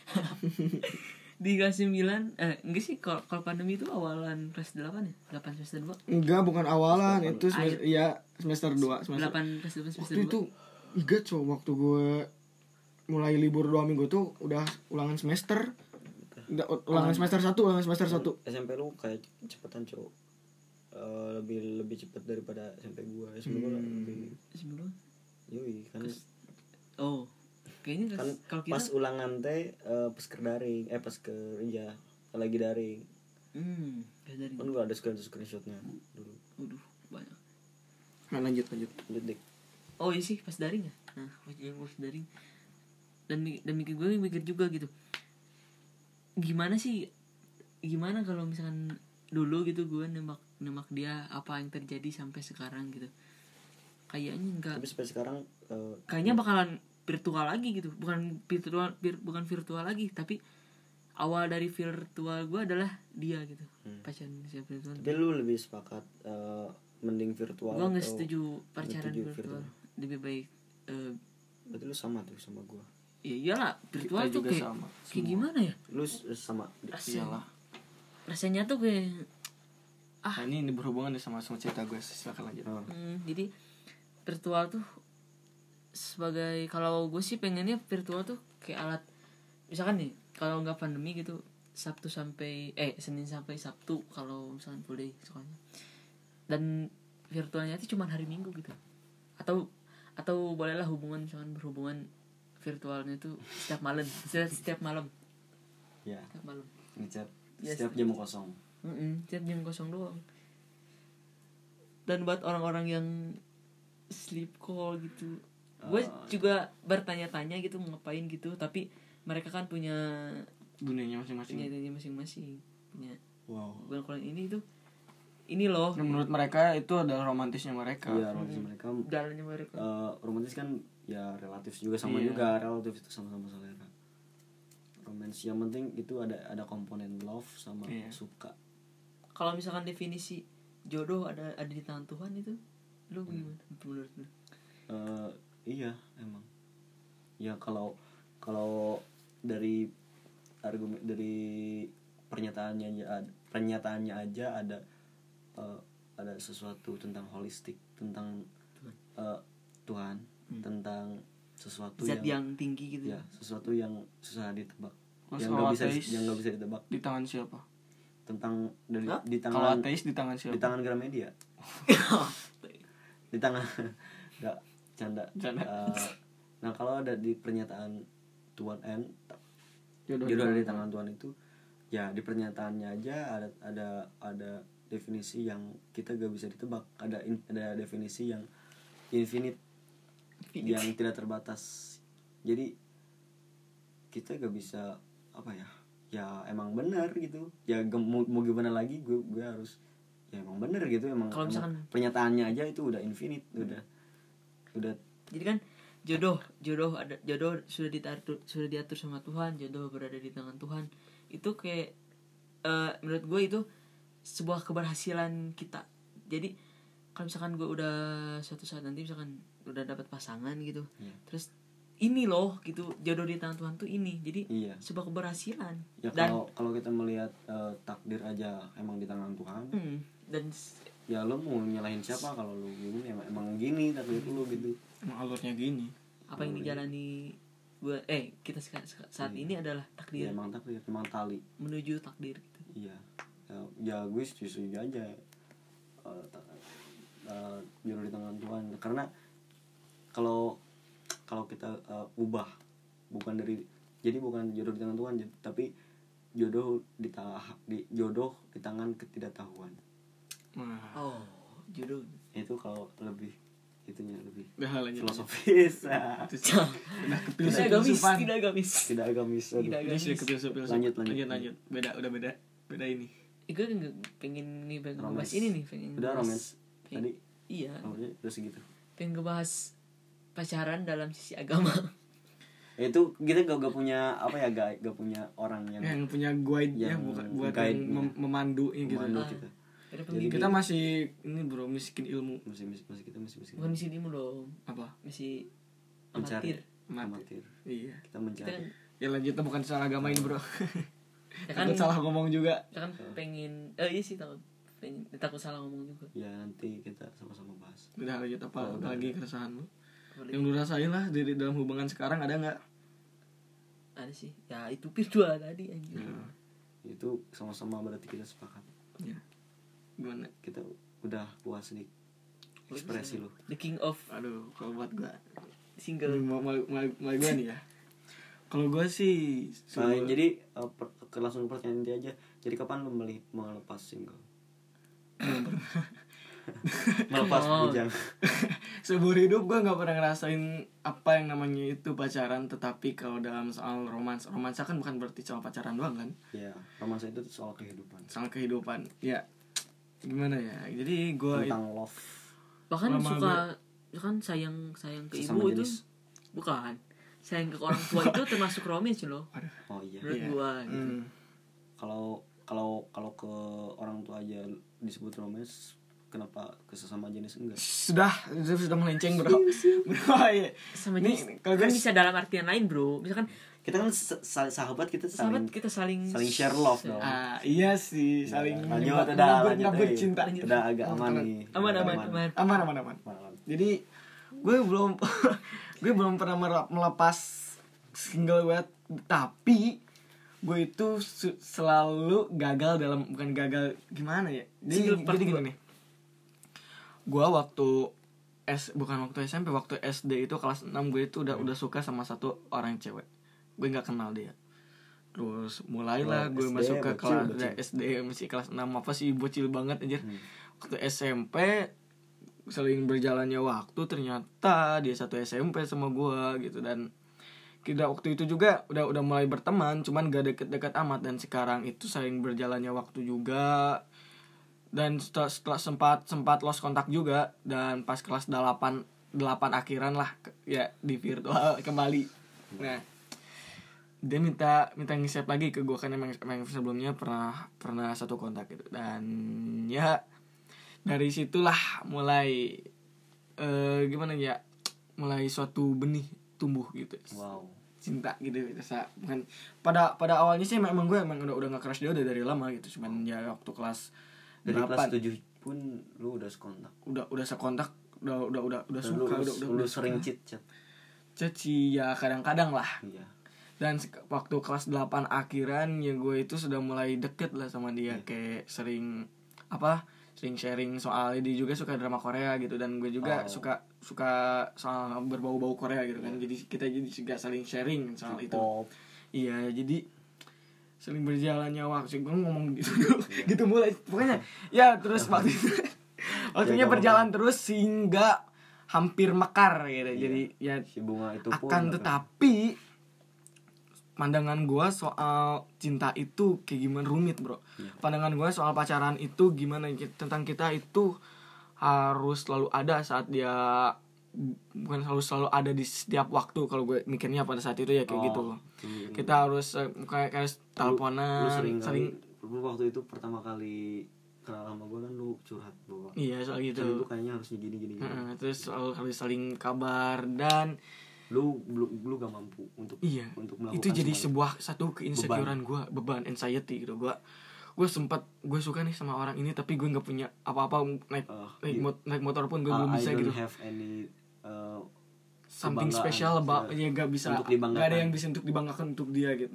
Di kelas 9 enggak sih, kalau pandemi itu awalan kelas 8 ya, 8 semester 2. Enggak, bukan awalan, itu semester 2, 8 kelas 8 semester 2. Waktu itu enggak waktu gue mulai libur 2 minggu tuh udah ulangan semester. Ulangan semester 1. SMP lu kayak cepetan cowok. Lebih cepet daripada SMP gua. SMP gua lebih. Yoi kan. Kayaknya kan kalau kita pas ulangan teh pas ke daring, pas ke lagi daring. Daring. Kan gua ada screenshotnya dulu. Waduh, banyak. Nah, lanjut Dik. Oh iya sih, pas daring ya. Nah, pas daring. Dan mikir juga gitu. Gimana kalau misalkan dulu gitu gue nembak nembak dia, apa yang terjadi sampai sekarang gitu. Kayaknya enggak. Tapi sampai sekarang kayaknya bakalan virtual lagi gitu. Bukan virtual lagi, tapi awal dari virtual gue adalah dia gitu. Pacaran virtual. Tapi lu lebih sepakat mending virtual? Gue nggak setuju pacaran virtual. Lebih baik. Berarti lu sama tuh sama gue. Ya iyalah, virtual kita tuh juga kayak sama, kayak gimana ya? Lu sama. Iyalah. Rasanya tuh kayak Nah, ini berhubungan nih sama cerita gue, silakan lanjut. jadi virtual tuh sebagai, kalau gue sih pengennya virtual tuh kayak alat, misalkan nih kalau nggak pandemi gitu, Senin sampai Sabtu kalau misalkan full day sekolahnya, dan virtualnya itu cuma hari Minggu gitu, atau bolehlah hubungan, misalkan berhubungan virtualnya itu setiap malam ya setiap malam ngechat Yes. setiap jam kosong. Setiap jam kosong doang. Dan buat orang-orang yang sleep call gitu, gue juga bertanya-tanya gitu ngapain gitu, tapi mereka kan punya Dunianya masing-masing. punya Wow. bukan kalau ini loh. Nah, menurut mereka itu adalah romantisnya mereka. Iya, romantis mereka. Jalannya mereka. Romantis kan ya relatif juga sama Iya. juga, relatif itu sama-sama selera. Romance yang penting itu ada komponen love sama suka. Kalau misalkan definisi jodoh ada di tangan Tuhan, itu lu gimana menurut lu? Iya emang. Ya kalau dari argumen, dari pernyataannya aja ada sesuatu tentang holistik, tentang Tuhan, tentang sesuatu Zat yang tinggi gitu. Ya, sesuatu yang susah ditebak. Mas, yang nggak bisa ditebak. Di tangan siapa? Tentang di Kalau tangan ateis di tangan siapa? di tangan Gramedia. Di tangan enggak canda. Nah, kalau ada di pernyataan Tuhan jodoh ada di tangan Tuhan itu, ya di pernyataannya aja ada definisi yang kita gak bisa ditebak, ada definisi yang infinite. Yang tidak terbatas. Jadi kita gak bisa apa ya emang benar gitu ya, mau gimana lagi, gue harus ya emang benar gitu, emang pernyataannya aja itu udah infinite, udah jadi kan jodoh sudah diatur sama Tuhan, jodoh berada di tangan Tuhan, itu kayak menurut gue itu sebuah keberhasilan kita. Jadi kalau misalkan gue udah suatu saat nanti misalkan udah dapat pasangan gitu, terus ini loh gitu, jodoh di tangan Tuhan tuh ini, jadi sebuah keberhasilan. Ya kalau kita melihat takdir aja emang di tangan Tuhan, dan ya lo mau nyalahin siapa kalau lo gini, emang gini takdir lo gitu, emang alurnya gini. Apa yang dijalani kita saat ini adalah takdir. Ya, emang takdir, emang tali menuju takdir gitu. Iya. Ya gue setuju aja jodoh di tangan Tuhan, karena kalau kita ubah, bukan jodoh di tangan Tuhan, tapi jodoh di tangan ketidaktahuan. Jodoh Itu kalau lebih filosofis. Tidak agamis. Lanjut. Beda ini. Gue pengen ngebahas ini nih, udah romance tadi. Iya. Udah segitu. Pengen ngebahas pacaran dalam sisi agama. Itu kita gak punya gak punya orang yang punya guide buat memandu gitu. Kita. Jadi kita masih ini bro, miskin ilmu. Kita masih miskin. Bukan miskin ilmu dong. Apa? Masih amatir. Iya. Kita mencari. Ya lanjutnya bukan salah agama ini bro. Ya kan, salah ngomong juga. Ya kan pengen iya sih takut salah ngomong juga. Ya nanti kita sama-sama bahas. Udah lanjut apa lagi keresahan lu? Yang lu rasain lah di dalam hubungan sekarang ada nggak? Ada sih. Ya itu virtual tadi anjir. Itu sama-sama berarti kita sepakat. Ya. Gimana? Kita udah puas nih ekspresi lu. The king of. Aduh, kalau buat gua single. Mulai gua nih ya. Kalau gua sih jadi langsung pertanyaan inti aja. Jadi kapan lu melepas single? Melepas bujang. Seumur hidup gue nggak pernah ngerasain apa yang namanya itu pacaran, tetapi kalau dalam soal romansa kan bukan berarti cuma pacaran doang kan? Iya, romansa itu soal kehidupan. Ya, gimana ya, jadi gue tentang love bahkan suka kan sayang ke ibu itu bukan sayang ke orang tua itu termasuk romantis loh. Oh iya. Menurut gue gitu. Kalau ke orang tua aja disebut romantis, kenapa ke sesama jenis enggak? Sudah melenceng bro. Bro ya. Sama jenis kan bisa dalam artian lain bro. Misalkan kita kan sahabat, kita saling share love dong. Iya sih, saling lanjut cinta. Udah agak aman nih. Aman. Jadi gue belum pernah melepas single gue, tapi gue itu selalu gagal dalam, bukan gagal gimana ya, jadi gini nih, gue waktu SMP, waktu SD itu kelas 6 gue itu udah suka sama satu orang cewek, gue nggak kenal dia, terus mulailah gue masuk ke kelas SD masih kelas 6, apa sih bocil banget aja. Waktu SMP sering berjalannya waktu, ternyata dia satu SMP sama gue gitu, dan kita waktu itu juga udah mulai berteman, cuman gak deket-deket amat, dan sekarang itu sering berjalannya waktu juga, dan setelah sempat lost kontak juga, dan pas kelas 8 akhiran lah ya di virtual kembali. Nah dia minta nge-save lagi ke gue, kan emang sebelumnya pernah satu kontak gitu, dan ya dari situlah mulai gimana ya, mulai suatu benih tumbuh gitu. Wow. Cinta gitu rasa, bukan pada awalnya sih memang gue udah nggak crush dia udah dari lama gitu, cuman ya waktu kelas dari kelas 7 pun lu udah sekontak. Udah sekontak, udah suka, udah sering chat sih ya, kadang-kadang lah. Iya. Dan waktu kelas 8 akhiran ya gue itu sudah mulai deket lah sama dia, kayak sering sharing soal, dia juga suka drama Korea gitu, dan gue juga suka soal berbau-bau Korea gitu kan. Jadi kita juga saling sharing soal itu. Iya, jadi saling berjalannya waktu, gue ngomong gitu dulu. Gitu mulai pokoknya. Ya, terus waktunya berjalan terus hingga hampir mekar gitu. Jadi ya si bunga itu pun tetapi pandangan gue soal cinta itu kayak gimana, rumit bro. Pandangan gue soal pacaran itu gimana, tentang kita itu harus selalu ada saat dia, bukan selalu ada di setiap waktu. Kalau gue mikirnya pada saat itu ya kayak gitu. Kita harus kayak teleponan. Lu sering waktu itu pertama kali kenal sama gue kan, lu curhat bahwa iya soal gitu. Lu kayaknya harus gini. Terus selalu harus saling kabar, dan lu gak mampu untuk melakukan itu jadi satu keinsecurean gue, beban anxiety gitu. Gue suka nih sama orang ini, tapi gue nggak punya apa-apa, naik motor pun gue belum bisa gitu. I don't have any something special about, ya gak ada yang bisa untuk dibanggakan untuk dia gitu.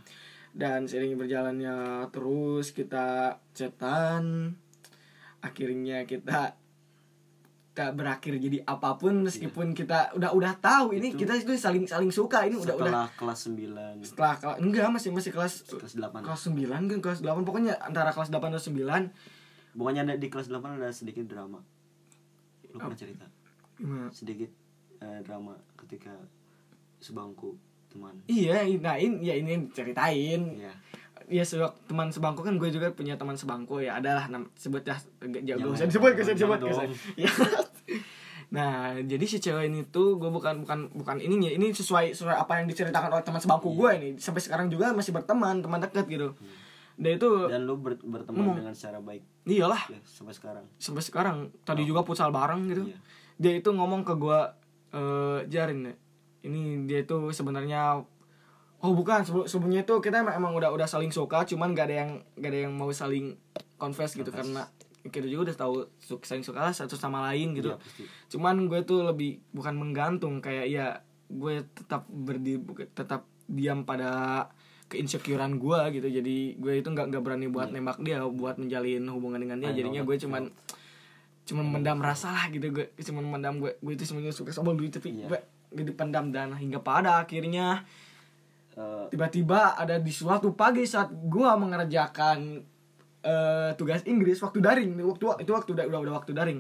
Dan seiring berjalannya terus kita chatan, akhirnya kita berakhir jadi apapun, meskipun kita udah tahu ini kita itu saling suka, ini setelah kelas 9. Enggak, masih kelas 8. Kelas 9 kan, kelas 8 pokoknya antara kelas 8 dan 9. Pokoknya di kelas 8 ada sedikit drama. Lu pernah cerita? Sedikit drama ketika sebangku teman. Iya, ini ceritain. Iya. Ya teman sebangku kan, gue juga punya teman sebangku ya, adalah sebut ya, gak usah disebut. Ya. Nah, jadi si cewek ini tuh gue bukan ininya, ini sesuai apa yang diceritakan oleh teman sebangku gue ini, sampai sekarang juga masih berteman, teman dekat gitu. Dan lu berteman dengan secara baik. Iyalah. Ya, sampai sekarang. Tadi juga futsal bareng gitu. Iya. Dia itu ngomong ke gue, Jarin, ini dia itu sebenarnya bukan, sebelumnya itu kita emang udah saling suka, cuman gak ada yang mau saling confess gitu, karena kita juga udah tahu saling suka lah satu sama lain gitu. Iya, cuman gue tuh lebih bukan menggantung, kayak ya gue tetap diam pada keinsecurean gue gitu. Jadi gue itu nggak berani buat nembak dia, buat menjalin hubungan dengan dia. Jadinya gue cuman mendam rasa lah gitu. Gue itu sebenarnya suka sama dia, tapi gue dipendam, dan hingga pada akhirnya tiba-tiba ada di suatu pagi saat gue mengerjakan tugas Inggris waktu daring, waktu udah waktu daring,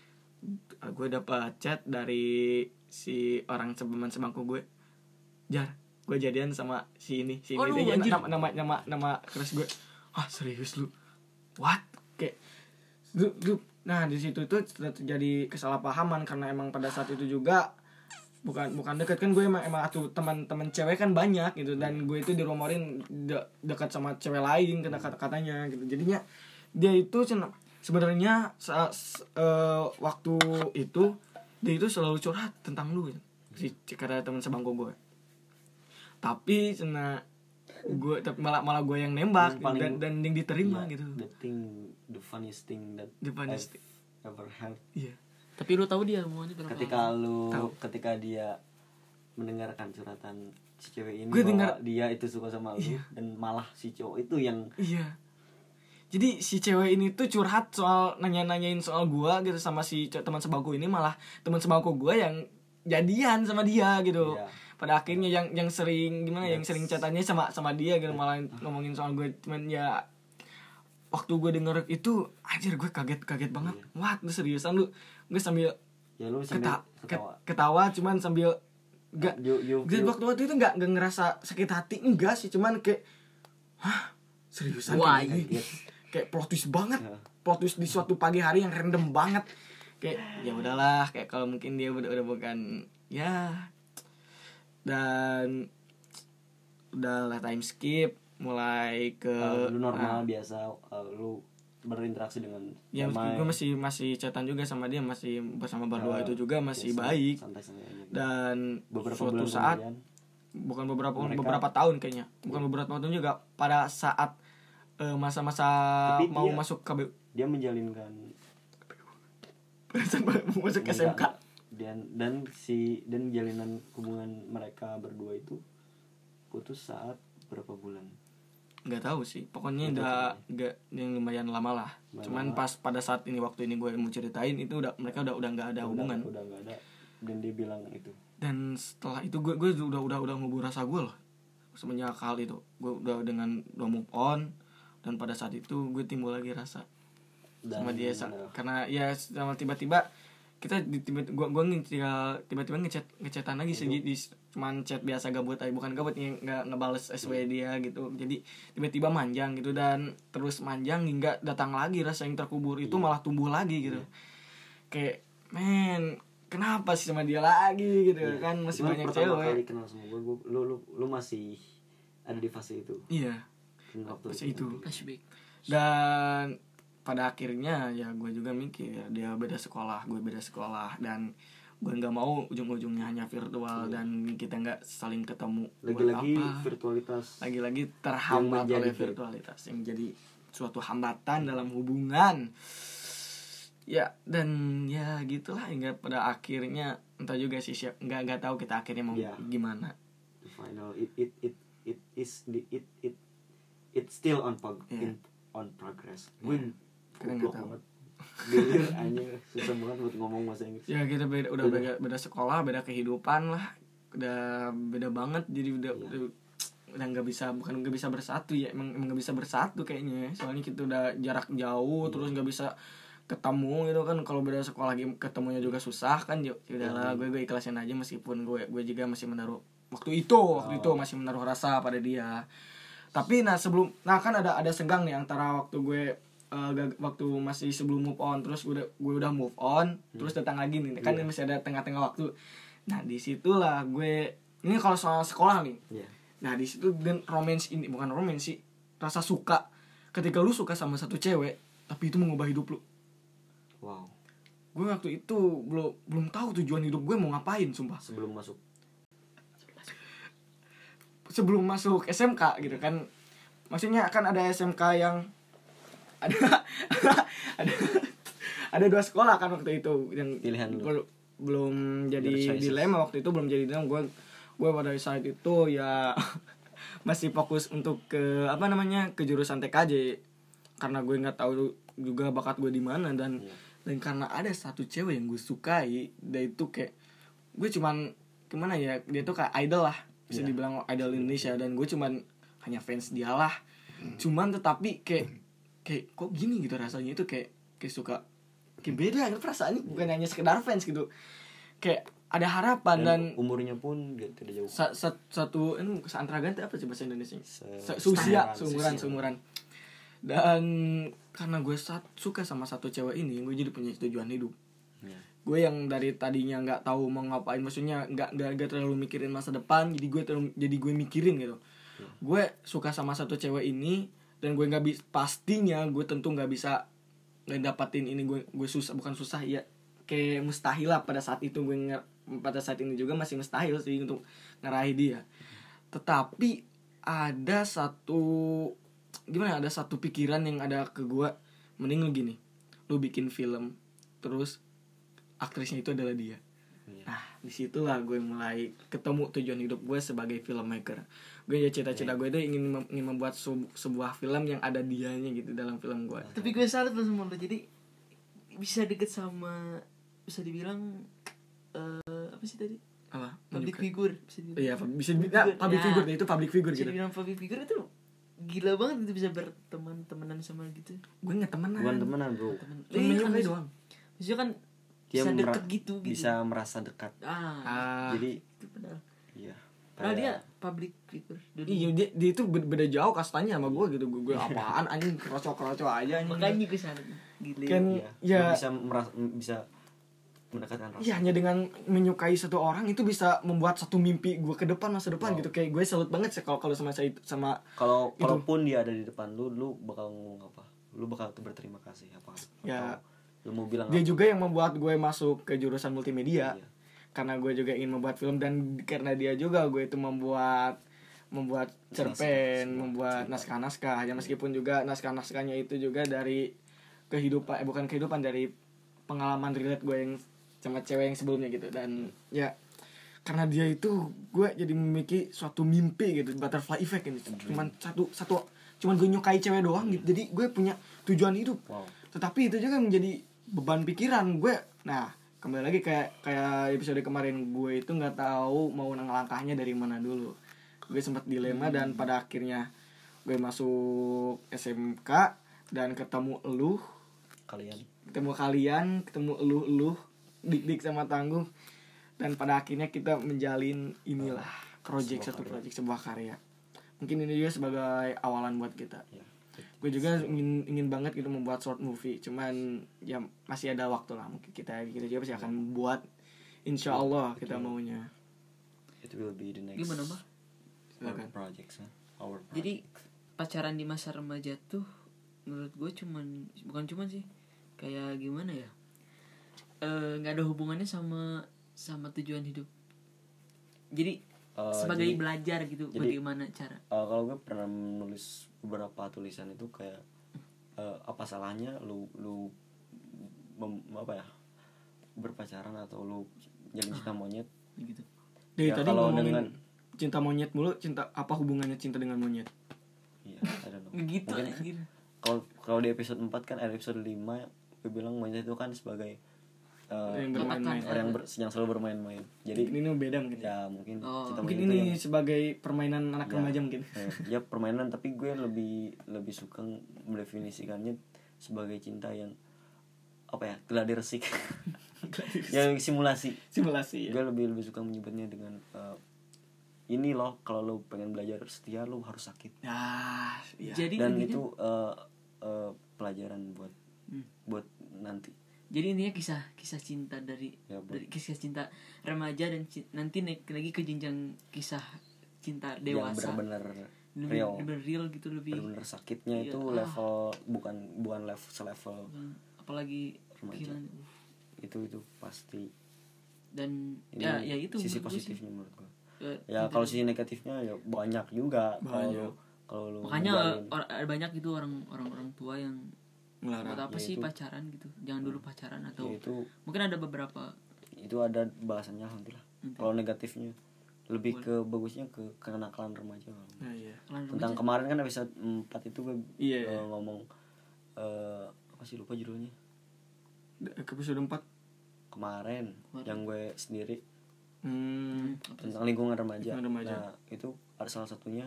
gue dapat chat dari si orang teman sebangku gue, Jar, gue jadian sama si ini nama keras gue. Serius lu? What? Kayak Nah di situ tuh terjadi kesalahpahaman karena emang pada saat itu juga bukan deket kan, gue emang tuh teman-teman cewek kan banyak gitu, dan gue itu dirumorin dekat sama cewek lain katanya gitu. Jadinya dia itu sebenarnya waktu itu dia itu selalu curhat tentang lu gitu. Si karena teman sebangku gue, tapi gue malah gue yang nembak dan yang diterima gitu. The funniest thing that I've ever had. Iya. Tapi lu tahu dia maunya berapa? Ketika dia mendengarkan curhatan si cewek ini, gue bahwa dia itu suka sama lu, iya. Dan malah si cowok itu yang jadi si cewek ini tuh curhat soal nanyain soal gue gitu sama si teman sebangku ini, malah teman sebangku gue yang jadian sama dia gitu. Iya. Pada akhirnya yang sering yang sering chatanya sama dia gitu, malah ngomongin soal gue. Cuman ya waktu gue denger itu anjir gue kaget banget. Wah, lu seriusan lu? Gue sambil ketawa cuman sambil waktu itu nggak ngerasa sakit hati, enggak sih, cuman kayak hah, seriusan kayak kayak plot twist banget. Plot twist di suatu pagi hari yang random banget. Kayak ya udahlah, kayak kalau mungkin dia udah bukan ya, dan udahlah time skip mulai ke lu normal biasa, lu berinteraksi dengan ya, gue masih chatan juga sama dia, masih bersama berdua itu juga masih biasa, baik santai-santai aja. Dan suatu saat bukan beberapa tahun kayaknya, bukan beberapa tahun juga, pada saat masa-masa mau masuk KBU, dia menjalinkan masuk SMK, dan jalinan hubungan mereka berdua itu putus saat berapa bulan? Nggak tahu sih, pokoknya nggak yang lumayan lama lah. Cuman pas pada saat ini, waktu ini gue mau ceritain itu mereka udah nggak ada hubungan, udah nggak ada, dan dia bilang itu. Dan setelah itu gue udah ngubur rasa gue loh semenjak hal itu. Gue udah move on, dan pada saat itu gue timbul lagi rasa sama dia karena ya sama tiba-tiba kita tiba-tiba ngechatan lagi sih, cuman chat biasa gabut aja, bukan gabut yang nggak ngebales SW dia gitu. Jadi tiba-tiba manjang gitu, dan terus manjang hingga datang lagi rasa yang terkubur itu malah tumbuh lagi gitu. Kayak kenapa sih sama dia lagi gitu kan, masih banyak cewek. Pertama kali kenal sama gue lu masih ada di fase itu. Iya, fase itu. Dan pada akhirnya ya gue juga mikir dia beda sekolah, gue beda sekolah, dan gue nggak mau ujung-ujungnya hanya virtual dan kita nggak saling ketemu. Lagi-lagi virtualitas, lagi-lagi terhambat oleh virtualitas yang jadi suatu hambatan dalam hubungan ya. Dan ya gitulah, hingga pada akhirnya entah juga sih, nggak tahu kita akhirnya mau gimana. The final it's still on progress. Gue goblok banget. Bilir anjir, susah banget buat ngomong bahasa Inggris. Ya kita beda sekolah, beda kehidupan lah. Udah beda banget, jadi udah nggak bisa, bukan nggak bisa bersatu ya, emang nggak bisa bersatu kayaknya. Soalnya kita udah jarak jauh, terus nggak bisa ketemu gitu kan. Kalau beda sekolah lagi ketemunya juga susah kan. Ya udahlah, gue ikhlasin aja, meskipun gue juga masih menaruh waktu itu masih menaruh rasa pada dia. Tapi kan ada senggang nih antara waktu gue waktu masih sebelum move on, terus gue udah move on, terus datang lagi nih kan, masih ada tengah-tengah waktu. Nah disitulah gue, ini kalau soal sekolah nih, nah disitu dan bukan romance sih, rasa suka. Ketika lu suka sama satu cewek tapi itu mengubah hidup lu. Wow. Gue waktu itu belum tahu tujuan hidup gue mau ngapain, sumpah. Sebelum masuk SMK gitu kan, maksudnya kan ada SMK yang ada 2 sekolah kan waktu itu yang pilihan belum jadi dilema waktu itu, belum jadi dilema. Gue pada saat itu ya masih fokus untuk ke jurusan TKJ, karena gue nggak tahu juga bakat gue di mana, dan karena ada satu cewek yang gue sukai, dia itu kayak gue cuman gimana ya, dia tuh kayak idol lah, bisa dibilang idol Indonesia, dan gue cuman hanya fans dia lah. Cuman tetapi kayak kok gini gitu rasanya, itu kayak suka, kayak beda gitu perasaannya, bukan hanya sekedar fans gitu, kayak ada harapan, dan umurnya pun tidak jauh. Satu seantara ganti apa sih bahasa Indonesia? Seumuran. Dan karena gue suka sama satu cewek ini, gue jadi punya tujuan hidup. Gue yang dari tadinya nggak tahu mau ngapain, maksudnya nggak terlalu mikirin masa depan, jadi gue mikirin gitu. Gue suka sama satu cewek ini dan gue nggak bisa, pastinya gue tentu nggak bisa dapatin ini, gue susah, bukan susah ya, kayak mustahil lah pada saat itu. Pada saat ini juga masih mustahil sih untuk ngeraih dia. Tetapi ada satu pikiran yang ada ke gue, mending lu gini, lu bikin film terus aktrisnya itu adalah dia. Nah, disitulah gue mulai ketemu tujuan hidup gue sebagai filmmaker. Gue ya cita-cita gue itu ingin membuat sebuah film yang ada dianya gitu dalam film gue. Tapi gue salut loh sama lo, jadi bisa deket sama, bisa dibilang apa sih tadi? Apa? Public figure. Bisa dibilang. Iya, bisa dibilang public figure, itu public figure bisa gitu. dibilang public figure itu gila banget gitu, bisa berteman-temanan sama gitu. Gue nggak temenan. Bukan temenan, bro. Cuma menyukai doang. Maksudnya kan Dia bisa deket gitu. Bisa merasa dekat. Jadi itu padahal. iya. Padahal dia public figure. Iya, dia itu beda jauh kastanya sama gue gitu. Gue apaan anjing, kroco-kroco aja anjing. Makanya gue salut. Gila. Kan ya bisa mendekatkan rasa. Iya, hanya dengan menyukai satu orang itu bisa membuat satu mimpi gue ke depan, masa depan gitu. Kayak gue salut banget sih kalau sama kalaupun dia ada di depan lu bakal ngomong apa? Lu bakal berterima kasih apa? Ya, lu mau bilang dia apa? juga yang membuat gue masuk ke jurusan multimedia. Iya. Karena gue juga ingin membuat film, dan karena dia juga gue itu membuat cerpen, membuat naskah-naskah. Ya meskipun juga naskah-naskahnya itu juga dari kehidupan, bukan kehidupan, dari pengalaman relate gue yang sama cewek yang sebelumnya gitu. Dan ya karena dia itu gue jadi memiliki suatu mimpi gitu, butterfly effect ini. Cuman gue nyukai cewek doang gitu. Jadi gue punya tujuan hidup. Wow. Tetapi itu juga menjadi beban pikiran gue. Nah, kembali lagi kayak episode kemarin, gue itu nggak tahu mau ngelangkahnya dari mana dulu. Gue sempat dilema dan pada akhirnya gue masuk SMK dan ketemu kalian, ketemu elu dik sama Tangguh, dan pada akhirnya kita menjalin inilah satu proyek, sebuah karya. Mungkin ini juga sebagai awalan buat kita. Gue juga ingin banget gitu membuat short movie, cuman ya masih ada waktu lah. Mungkin kita juga pasti akan buat, insya Allah kita maunya. It will be the next. Gimana mah? Projects, our project. Jadi pacaran di masa remaja tuh menurut gue bukan cuman sih, kayak gimana ya, nggak ada hubungannya sama tujuan hidup. Jadi sebagai belajar gitu, bagaimana cara. Kalau gue pernah menulis beberapa tulisan itu kayak apa salahnya lu berpacaran atau lu jalin cinta monyet gitu. Dari ya, tadi ngomongin dengan cinta monyet mulu, apa hubungannya cinta dengan monyet? Iya, I don't know. Gitu. Kalau di episode 4 kan, episode 5 gue bilang monyet itu kan sebagai yang bermain-main, orang yang selalu bermain-main. Jadi ini beda mungkin. Ya mungkin cinta mungkin monyet ini sebagai permainan anak remaja mungkin. Ya permainan, tapi gue lebih suka mendefinisikannya sebagai cinta yang apa ya, gladi resik. Yang simulasi ya. Gue lebih suka menyebutnya dengan ini loh, kalau lo pengen belajar setia lo harus sakit. Iya. Jadi dan itu pelajaran buat nanti. Jadi intinya kisah cinta dari kisah cinta remaja dan nanti naik lagi ke jenjang kisah cinta dewasa. Yang benar-benar real gitu, lebih benar-benar sakitnya itu level bukan level selevel. Apalagi remaja. Itu pasti. Dan ya itu sisi positifnya menurut gue. Ya kalau sisi negatifnya ya banyak juga. Kalau makanya banyak gitu orang tua yang melarang. Buat apa sih pacaran gitu? Jangan dulu pacaran, atau itu, mungkin ada beberapa. Itu ada bahasannya alhamdulillah. Kalau negatifnya lebih ke bagusnya ke kenakalan remaja. Iya. Tentang kemarin kan episode 4 itu gue ngomong apa sih, lupa judulnya. Episode 4 kemarin yang gue sendiri tentang lingkungan remaja. Nah, itu ada salah satunya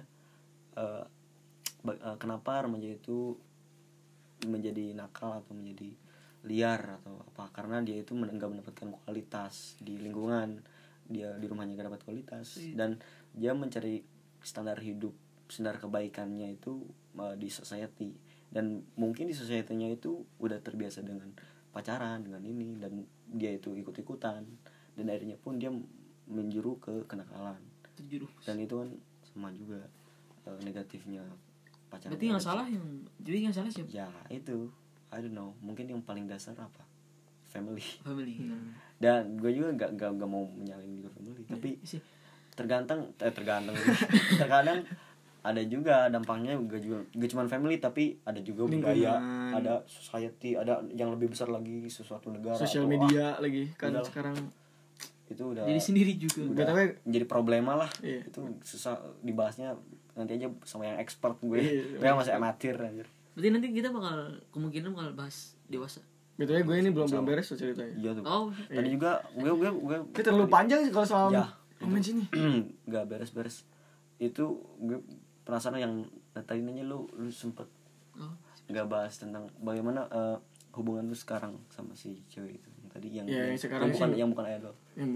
kenapa remaja itu menjadi nakal atau menjadi liar atau apa, karena dia itu nggak mendapatkan kualitas di lingkungan dia, di rumahnya nggak dapat kualitas, dan dia mencari standar hidup, standar kebaikannya itu di society, dan mungkin di society-nya itu udah terbiasa dengan pacaran dengan ini, dan dia itu ikut-ikutan, dan akhirnya pun dia menjuru ke kenakalan. Dan itu kan sama juga negatifnya pacaran. Berarti yang salah yang jadi yang salah siapa? Ya itu I don't know, mungkin yang paling dasar apa, family. Dan gue juga gak mau menyalahin juga family, tapi tergantung terkadang ada juga dampaknya, gak cuma family tapi ada juga budaya, ada society, ada yang lebih besar lagi, sesuatu negara, sosial media lagi kan udah sekarang itu udah jadi sendiri juga udah jadi problema lah. Iya. Itu susah dibahasnya, nanti aja sama yang expert gue. Gue masih amatir anjir. Berarti nanti kita kemungkinan bakal bahas dewasa. Betulnya gue ini belum beres tuh ceritanya. Iya tuh. Oh, tadi juga gue kita terlalu panjang sih kalau soal ya, komen sini. Gak beres-beres. Itu gue penasaran yang tadi nanya lu sempet nggak bahas tentang bagaimana hubungan lu sekarang sama si cewek itu tadi yang sekarang yang bukan idol,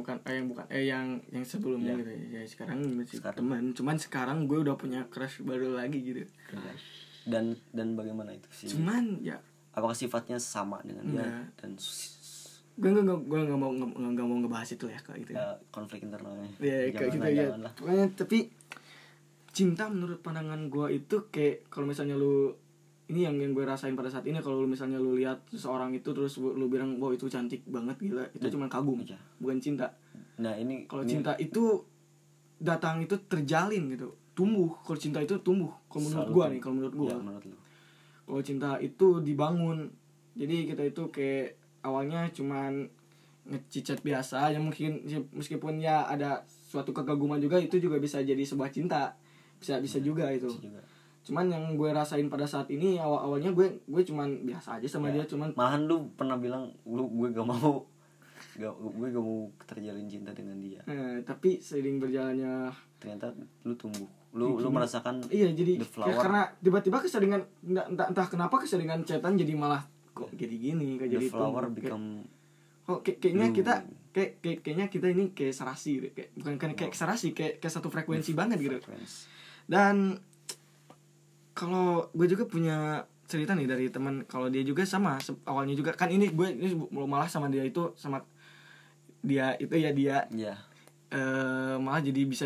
yang sebelumnya gitu ya. Sekarang masih teman, cuman sekarang gue udah punya crush baru lagi gitu. Dan bagaimana itu sih, cuman ya apakah sifatnya sama dengan dia dan gue nggak mau ngebahas itu ya kayak gitu ya, konflik internalnya ya kayak gitu ya. Pokoknya tapi cinta menurut pandangan gue itu kayak kalau misalnya lu ini yang gue rasain pada saat ini, kalau lu misalnya lu lihat seseorang itu terus lu bilang wow itu cantik banget gila, itu cuma kagum aja, bukan cinta. Nah ini kalau cinta itu datang itu terjalin gitu, tumbuh. Kalau cinta itu tumbuh kalau menurut gue nih, kalau menurut gue ya, kalau cinta itu dibangun. Jadi kita itu kayak awalnya cuman ngecicat biasa ya, mungkin meskipun ya ada suatu kegaguman juga, itu juga bisa jadi sebuah cinta, bisa juga itu. Cuman yang gue rasain pada saat ini awalnya gue cuman biasa aja sama dia, cuman malahan lu pernah bilang gue gak mau terjalin cinta dengan dia. Tapi seiring berjalannya ternyata lu tumbuh, lu merasakan iya, jadi karena tiba-tiba keseringan entah kenapa keseringan chatan jadi malah kok jadi gini, kok jadi flower become kayaknya kita kayaknya kita ini kayak serasi gitu. Bukan kayak serasi, kayak satu frekuensi banget gitu. Dan kalau gue juga punya cerita nih dari teman, kalau dia juga sama awalnya juga kan ini malah sama dia itu sama dia itu ya dia malah jadi bisa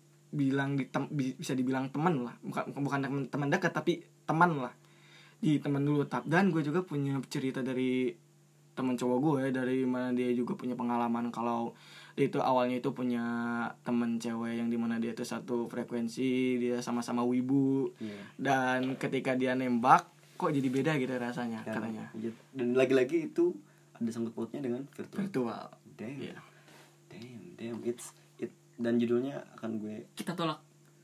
dibilang teman lah, bukan teman dekat tapi teman lah, di teman dulu. Dan gue juga punya cerita dari teman cowok gue, dari mana dia juga punya pengalaman kalau dia itu awalnya itu punya temen cewek yang dimana dia itu satu frekuensi, dia sama-sama wibu, dan ketika dia nembak kok jadi beda gitu rasanya ya, katanya. Dan lagi-lagi itu ada sangkut pautnya dengan virtual. Damn, dan judulnya akan gue kita tolak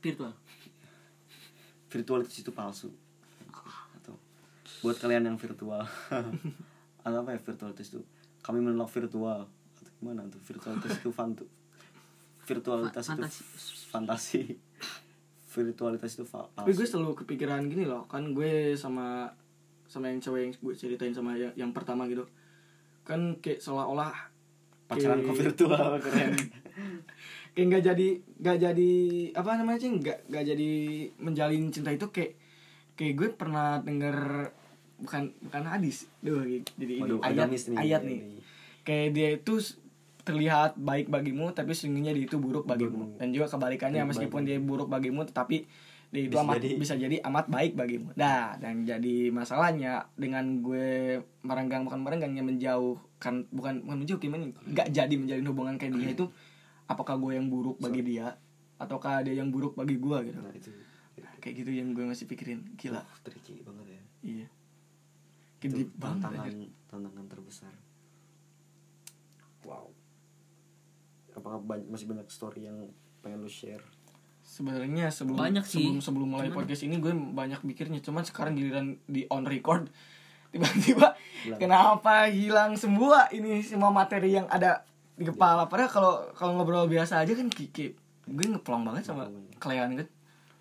virtualitas itu palsu. Atau buat kalian yang virtual apa ya virtualitas itu, kami menolak virtual. Gimana tuh virtualitas itu virtualitas itu fantasi, virtualitas itu palsu. Tapi gue selalu kepikiran gini loh, kan gue sama yang cewek yang gue ceritain sama yang pertama gitu kan, kayak seolah-olah pacaran ke virtual keren. Kayak nggak jadi apa namanya sih, nggak jadi menjalin cinta itu. Kayak gue pernah denger bukan hadis jadi ini ayat nih. Kayak dia itu terlihat baik bagimu tapi sesungguhnya dia itu buruk bagimu. Dan juga kebalikannya, meskipun dia buruk bagimu tetapi dia itu bisa jadi amat baik bagimu. Dan jadi masalahnya dengan gue bukan menjauhkan, bukan menjauh gimana, nggak jadi menjalin hubungan kayak dia itu, apakah gue yang buruk bagi dia ataukah dia yang buruk bagi gue gitu. Kayak gitu yang gue masih pikirin. Gila, tricky banget ya. Iya, gede banget. Tantangan terbesar. Wow. Apakah masih banyak story yang pengen lu share? Sebenarnya sebelum mulai podcast ini gue banyak mikirnya, cuman sekarang giliran di on record tiba-tiba kenapa hilang semua ini semua materi yang ada di kepala. Padahal kalau ngobrol biasa aja kan gue ngeplong banget sama kalian kan.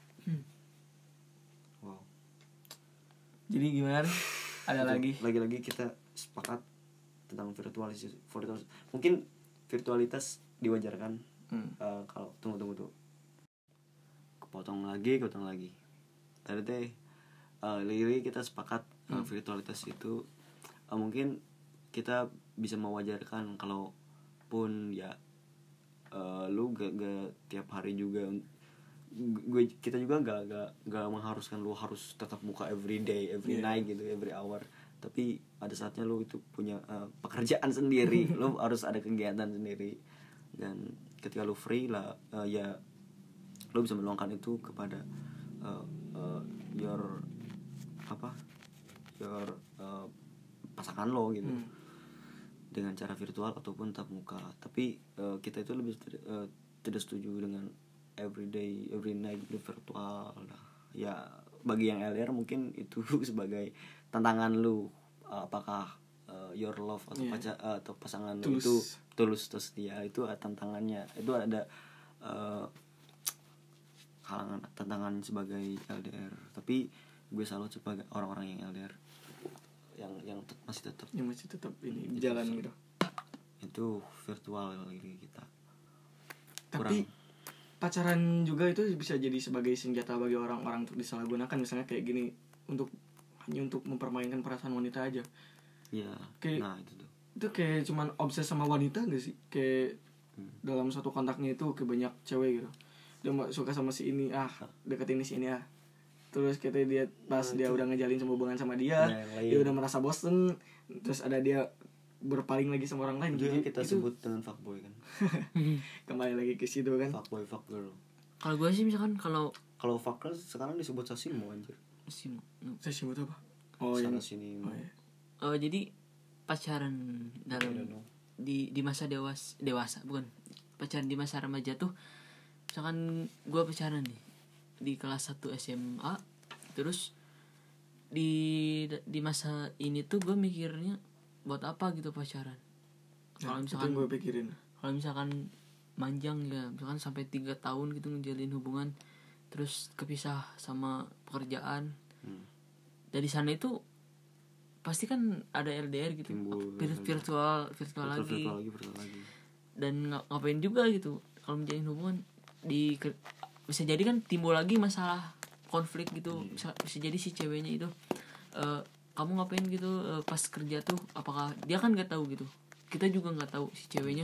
Wow. Jadi gimana? Ada lagi kita sepakat tentang virtualitas. Mungkin virtualitas diwajarkan. Kalau tunggu kepotong lagi tadi lagi kita sepakat virtualitas itu mungkin kita bisa mewajarkan kalau pun ya lu gak tiap hari juga kita juga gak mengharuskan lu harus tetap muka every day, every night gitu, every hour. Tapi ada saatnya lu itu punya pekerjaan sendiri, lu harus ada kegiatan sendiri. Dan ketika lu free lah ya lu bisa meluangkan itu kepada your pasangan lo gitu. Dengan cara virtual ataupun tatap muka. Tapi kita itu lebih tidak setuju dengan everyday, every night virtual. Nah, ya bagi yang LDR mungkin itu sebagai tantangan lu, apakah your love atau atau pasangan lu itu tulus terus dia itu tantangannya. Itu ada halangan tantangan sebagai LDR. Tapi gue salut sebagai orang-orang yang LDR yang masih tetap ini jalan gitu. Itu virtual lagi kita. Tapi pacaran juga itu bisa jadi sebagai senjata bagi orang-orang untuk disalahgunakan, misalnya kayak gini, hanya untuk mempermainkan perasaan wanita aja. Iya. Nah itu kayak cuman obses sama wanita gak sih? Kayak dalam satu kontaknya itu kayak banyak cewek gitu. Dia suka sama si ini, deketin si ini terus kita dia pas dia udah ngejalin hubungan sama dia udah merasa bosen, terus ada dia berpaling lagi sama orang lain. Jadi kita sebut dengan fuckboy kan. Kembali lagi ke situ kan. Fuckboy, fuckgirl. Kalau gue sih misalkan kalau fuckgirl sekarang disebut sasimo anjir. Sasimo itu apa? Sana sini. Jadi pacaran dalam di masa dewasa bukan pacaran di masa remaja tuh, misalkan gue pacaran nih di kelas 1 SMA, terus di masa ini tuh gue mikirnya buat apa gitu pacaran. Kalau misalkan gue pikirin, kalau misalkan manjang ya, misalkan sampai 3 tahun gitu ngejalin hubungan, terus kepisah sama pekerjaan. Dari sana itu pasti kan ada LDR gitu, virtual lagi. Dan ngapain juga gitu kalau menjalin hubungan bisa jadi kan timbul lagi masalah konflik gitu. Bisa jadi si ceweknya itu kamu ngapain gitu pas kerja tuh, apakah dia kan nggak tahu gitu, kita juga nggak tahu si ceweknya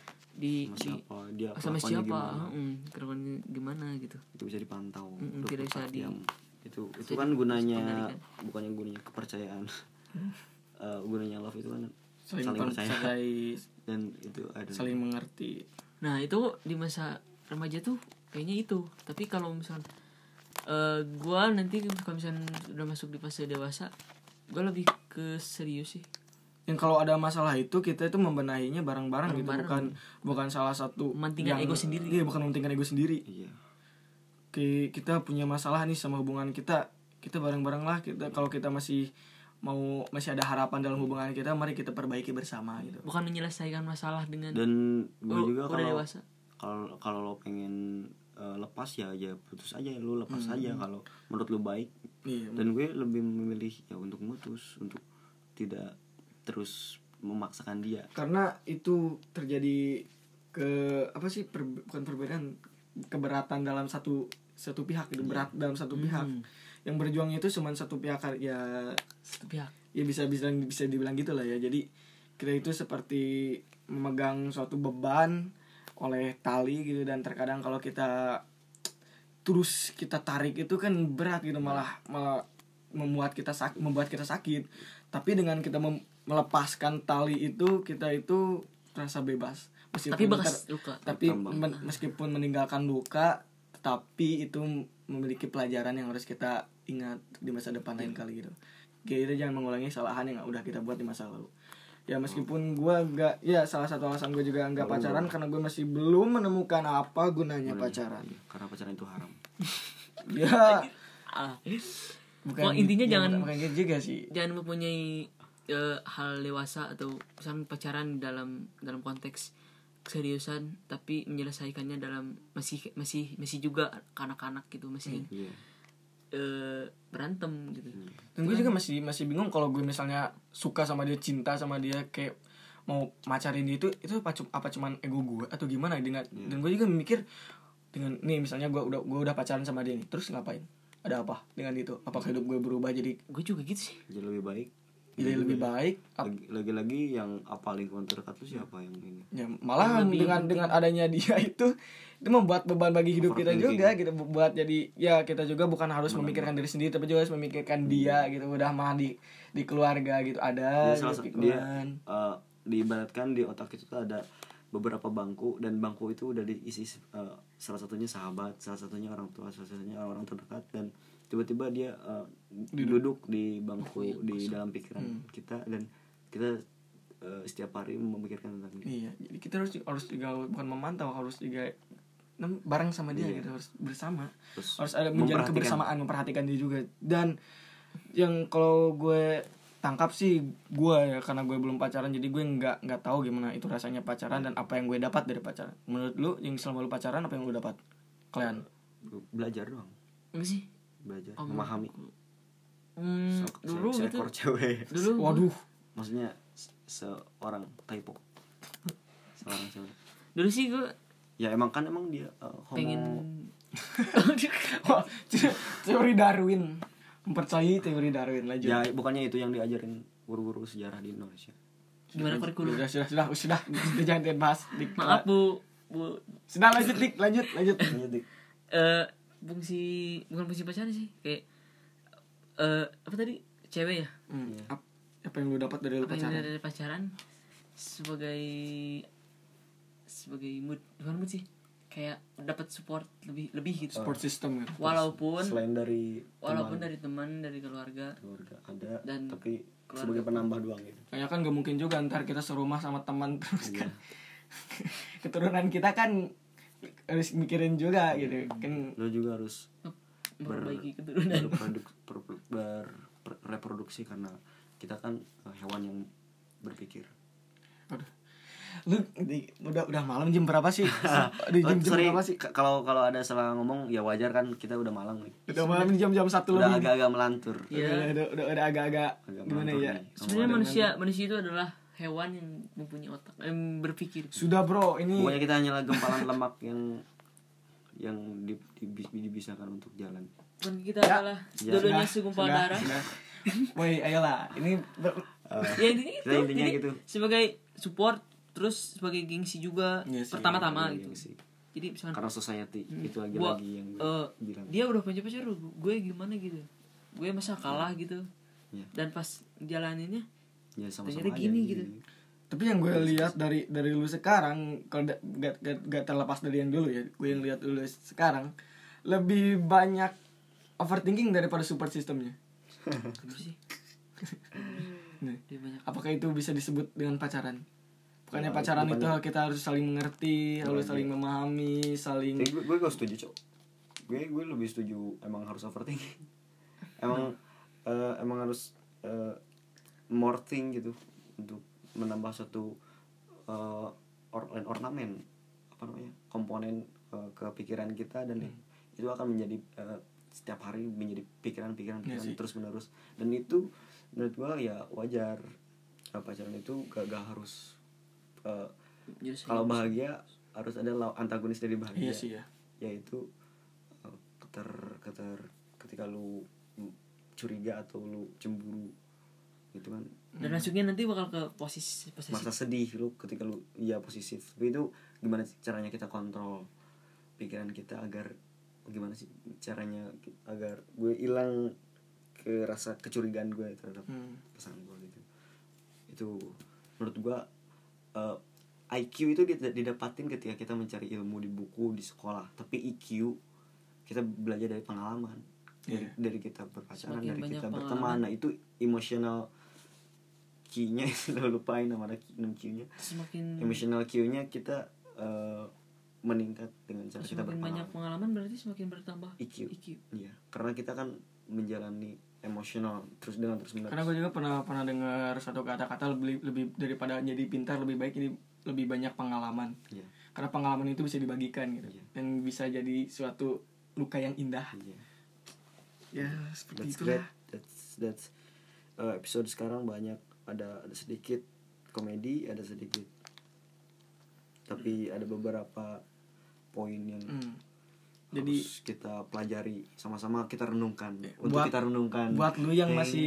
sama siapa, kelakuannya gimana gitu. Itu bisa dipantau. Tidak bisa itu kan gunanya bukannya gunanya kepercayaan. Gunanya love itu kan saling percaya dan itu ada saling mengerti. Nah itu di masa remaja tuh kayaknya itu. Tapi kalau misalnya gue nanti kalau misalnya udah masuk di fase dewasa, gue lebih ke serius sih. Yang kalau ada masalah itu kita itu membenahinya bareng-bareng gitu, bukan salah satu mementingkan ego sendiri. Iya, bukan mementingkan ego sendiri. Iya. Kita punya masalah nih sama hubungan kita bareng-bareng lah. Kalau kita masih ada harapan dalam hubungan kita, mari kita perbaiki bersama gitu. Bukan menyelesaikan masalah dengan dan gue juga dewasa. Kalau lo pengen lepas ya putus aja, lu lepas aja kalau menurut lu baik. Iya, dan gue lebih memilih ya untuk mutus, untuk tidak terus memaksakan dia, karena itu terjadi bukan perbedaan, keberatan dalam satu pihak gitu. Berat dalam satu pihak. Yang berjuang itu cuma satu pihak ya, bisa dibilang gitu lah ya. Jadi kita itu seperti memegang suatu beban oleh tali gitu, dan terkadang kalau kita terus kita tarik itu kan berat gitu, malah membuat kita sakit. Tapi dengan kita melepaskan tali itu, kita itu terasa bebas. Meskipun meninggalkan luka, tapi itu memiliki pelajaran yang harus kita ingat di masa depan lain kali gitu. Kita jangan mengulangi kesalahan yang udah kita buat di masa lalu. Ya meskipun gue gak, ya salah satu alasan gue juga gak pacaran karena gue masih belum menemukan apa gunanya pacaran. Karena pacaran itu haram. Ya bukan intinya bukan gitu juga sih. Jangan mempunyai hal dewasa atau misalnya pacaran dalam konteks keseriusan, tapi menyelesaikannya dalam masih juga kanak-kanak gitu, masih berantem gitu. Dan gue juga masih bingung kalau gue misalnya suka sama dia, cinta sama dia, kayak mau macarin dia itu apa cuman ego gue atau gimana dengan. Dan gue juga mikir dengan nih misalnya gue udah pacaran sama dia nih, terus ngapain? ada apa dengan itu? Apakah hidup gue berubah jadi gue juga gitu sih, jadi lebih baik? Jadi lebih baik. Lagi-lagi yang apa lingkungan terdekat lu siapa yang ini? Ya, malah dengan adanya dia itu membuat beban bagi hidup kita juga gitu, buat jadi ya kita juga bukan harus memikirkan diri sendiri tapi juga harus memikirkan dia gitu. Udah mah di keluarga gitu ada dia diibaratkan di otak itu tuh ada beberapa bangku, dan bangku itu udah diisi salah satunya sahabat, salah satunya orang tua, salah satunya orang terdekat, dan tiba-tiba dia duduk di bangku di dalam pikiran kita, dan kita setiap hari memikirkan tentang dia. Iya, jadi kita harus juga bukan memantau, harus juga bareng sama dia gitu, harus bersama, harus ada menjalin kebersamaan, memperhatikan dia juga. Dan yang kalau gue tangkap sih gue ya, karena gue belum pacaran jadi gue nggak tahu gimana itu rasanya pacaran dan apa yang gue dapat dari pacaran. Menurut lu yang selama lu pacaran apa yang lu dapat? Kalian belajar doang. enggak sih, Belajar memahami dulu seekor cewek. Dulu waduh, maksudnya seorang typo. Seorang cewek. Dulu sih gue ya emang dia pengen teori Darwin, mempercayai teori Darwin. Lanjut. Ya bukannya itu yang diajarin guru-guru sejarah di Indonesia. gimana kurikulum? Sudah jangan dibahas. Maaf bu. Sudah lanjut Dik, lanjut. Bukan fungsi pacaran sih, kayak apa tadi, cewek ya. Apa yang lu dapat dari lu pacaran? Dari pacaran sebagai mood, bukan mood sih, kayak dapat support lebih gitu. Support system gitu. Walaupun selain dari teman, dari keluarga ada, dan tapi sebagai penambah doang gitu. Kayaknya kan gak mungkin juga ntar kita serumah sama teman terus kan. Keturunan kita kan harus mikirin juga gitu kan. Lo juga harus memperbaiki keturunan, reproduksi karena kita kan hewan yang berpikir. Aduh. Lu udah malam jam berapa sih? Di jam berapa sih? Kalau ada salah ngomong ya wajar kan, kita udah malam nih. Udah malam jam 1 lebih. Udah agak-agak melantur. Iya. Udah agak-agak gimana ya? Sebenarnya manusia itu adalah hewan yang mempunyai otak, yang berpikir. Sudah bro, ini pokoknya kita hanyalah gumpalan lemak yang dipisahkan untuk jalan. Dan kita adalah dulunya segumpal darah. Woi, ayolah. Ini ya intinya gitu. Sebagai support, terus sebagai gengsi juga, pertama-tama gitu. Gengsi. Jadi misalkan karena society itu lagi yang bilang dia udah punya pacar, gue gimana gitu, gue masa kalah gitu. Dan pas jalaninnya ya sama-sama aja gini gitu. Tapi yang gue lihat dari lu sekarang, kalau gak terlepas dari yang dulu ya, gue yang lihat dulu sekarang lebih banyak overthinking daripada support systemnya. Nih, apakah itu bisa disebut dengan pacaran? Bukannya pacaran itu kita harus saling mengerti, harus saling memahami, saling. Gue gak setuju, Cok. Gue lebih setuju emang harus overthinking. Emang harus more thing gitu untuk menambah satu ornamen, apa namanya, komponen ke pikiran kita, dan itu akan menjadi setiap hari menjadi pikiran terus menerus. Dan itu menurut gue ya wajar. Pacaran itu gak harus kalau bahagia harus ada antagonis dari bahagia. Iya sih ya. Yaitu ketika lu curiga atau lu cemburu gitu kan. Dan masuknya nanti bakal ke posisi masa sedih lu ketika lu posesif. Tapi itu gimana sih caranya kita kontrol pikiran kita agar gimana sih caranya agar gue hilang ke rasa kecurigaan gue terhadap pasangan gue gitu. Itu menurut gue IQ itu didapatin ketika kita mencari ilmu di buku, di sekolah. Tapi EQ kita belajar dari pengalaman, dari kita berpacaran, dari kita berteman. Nah itu emotional Q-nya lo lupain nama 6 Q-nya. Emotional Q-nya kita meningkat dengan cara kita berpengalaman. Semakin banyak pengalaman berarti semakin bertambah EQ. Iya, karena kita kan menjalani emosional terus menerus. Karena gue juga pernah dengar satu kata-kata lebih daripada jadi pintar, lebih baik ini lebih banyak pengalaman. Iya. Karena pengalaman itu bisa dibagikan gitu. Iya. Dan bisa jadi suatu luka yang indah. Iya. Ya, seperti itulah. That's episode sekarang banyak ada sedikit komedi, ada sedikit tapi ada beberapa poin yang Jadi kita pelajari sama-sama, kita renungkan kita renungkan. Buat lu yang masih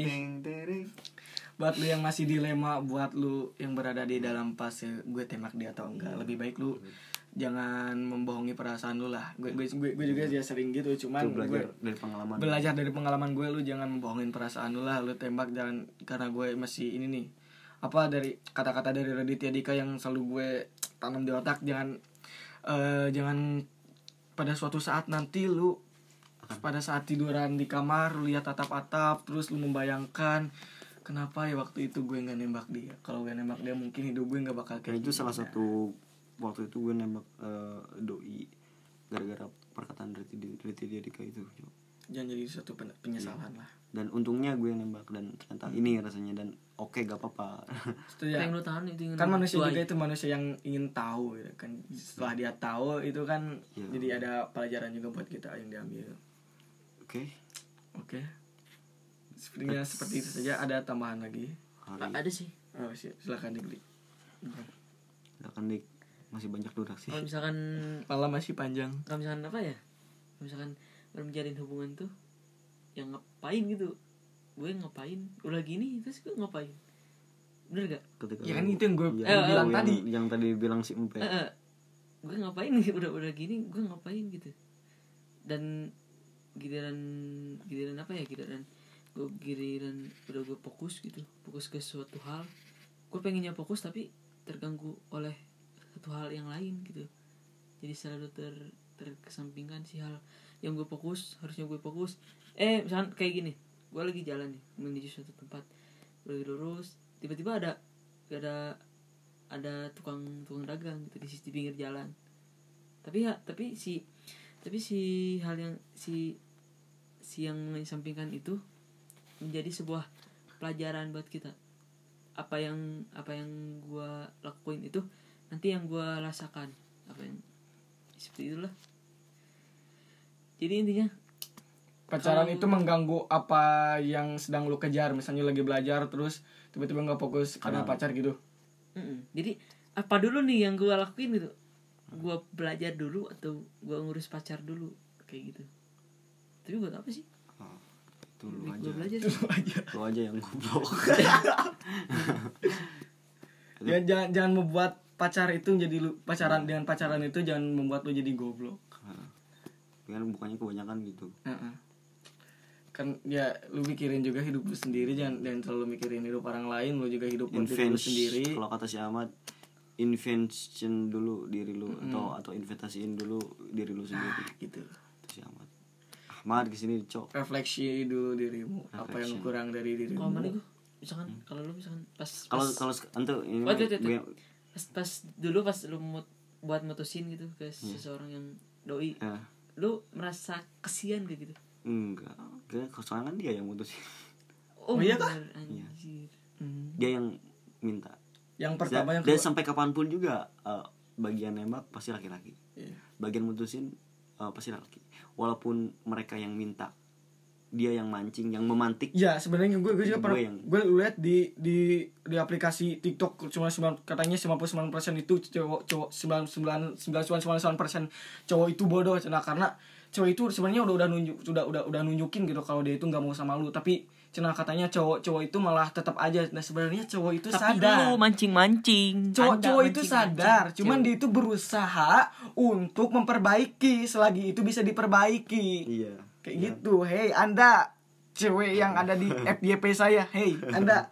dilema, buat lu yang berada di dalam fase gue tembak dia atau enggak, lebih baik lu jangan membohongi perasaan lu lah. Gue juga dia sering gitu, cuman belajar dari pengalaman gue, lu jangan membohongin perasaan lu lah. Lu tembak jangan, karena gue masih ini nih, apa, dari kata-kata dari Raditya Dika yang selalu gue tanam di otak, jangan pada suatu saat nanti lu pada saat tiduran di kamar lu lihat atap-atap, terus lu membayangkan kenapa ya waktu itu gue nggak nembak dia. Kalau gue nembak dia mungkin hidup gue nggak bakal kayak itu salah satu waktu itu gue nembak doi gara-gara perkataan Raditya Dika itu. Jangan jadi suatu penyesalan lah. Dan untungnya gue nembak dan ternyata ini rasanya, dan oke, gak apa-apa. Ya, kan manusia juga itu manusia yang ingin tahu gitu kan. Setelah dia tahu itu kan jadi ada pelajaran juga buat kita yang diambil. Oke. Sepertinya seperti itu saja. Ada tambahan lagi? Ada sih. Oh, silakan Dik. Silakan Dik. Masih banyak durasi. Kalau misalkan malam masih panjang. Kalau misalkan apa ya? Misalkan menjalin hubungan tuh yang ngapain gitu, gue ngapain udah gini terus gue ngapain, bener gak? Ya kan itu yang gue bilang tadi, yang tadi bilang si Empe, gue ngapain udah gini gue ngapain gitu. Dan giliran apa ya, giliran udah gue fokus ke suatu hal, gue pengennya fokus tapi terganggu oleh satu hal yang lain gitu. Jadi selalu terkesampingkan si hal yang gue fokus, harusnya gue fokus. Misalkan kayak gini, gue lagi jalan nih menuju suatu tempat, lagi lurus, tiba-tiba ada tukang dagang gitu di pinggir jalan. Tapi si hal yang si yang mengesampingkan itu menjadi sebuah pelajaran buat kita. Apa yang gue lakuin itu nanti yang gue rasakan, apa yang seperti itulah. Jadi intinya pacaran itu mengganggu apa yang sedang lu kejar. Misalnya lagi belajar terus tiba-tiba nggak fokus karena pacar gitu. Jadi apa dulu nih yang gue lakuin gitu? Gue belajar dulu atau gue ngurus pacar dulu kayak gitu? Tapi buat apa sih? Itu lu aja. Belajar Lu aja yang goblok. Ya jangan membuat pacar itu jadi lu dengan pacaran itu jangan membuat lu jadi goblok. Kan bukannya kebanyakan gitu. Kan ya lu mikirin juga hidup lu sendiri, jangan terlalu mikirin hidup orang lain. Lu juga hidup buat diri lu sendiri. Kalau kata si Ahmad, invention dulu diri lu atau investasiin dulu diri lu sendiri gitu. Itu si Ahmad kesini cok. Refleksi dulu dirimu. Apa yang kurang dari dirimu. Kalau mana gue misalkan kalau lu misalkan pas antu ini pas dulu lu buat mutusin gitu ke seseorang yang doi, lu merasa kesian gak gitu? Enggak, soalnya kan dia yang mutusin. Oh iya kah? Anjir. Dia yang minta. Yang pertama yang dan sampai kapanpun juga bagian nembak pasti laki-laki. Bagian mutusin pasti laki. Walaupun mereka yang minta, dia yang mancing, yang memantik. Ya sebenarnya gue juga pernah gue lihat di aplikasi TikTok cuma katanya 99% itu cowok 99% cowok itu bodoh. Nah karena cowok itu sebenarnya udah nunjukin gitu kalau dia itu nggak mau sama lu, tapi katanya cowok itu malah tetap aja. Nah sebenarnya cowok itu tapi sadar. Tapi mancing-mancing. Cowok itu sadar, cuman dia itu berusaha untuk memperbaiki selagi itu bisa diperbaiki. Iya. Kayak gitu. Hey Anda cewek yang ada di FYP saya, hey Anda.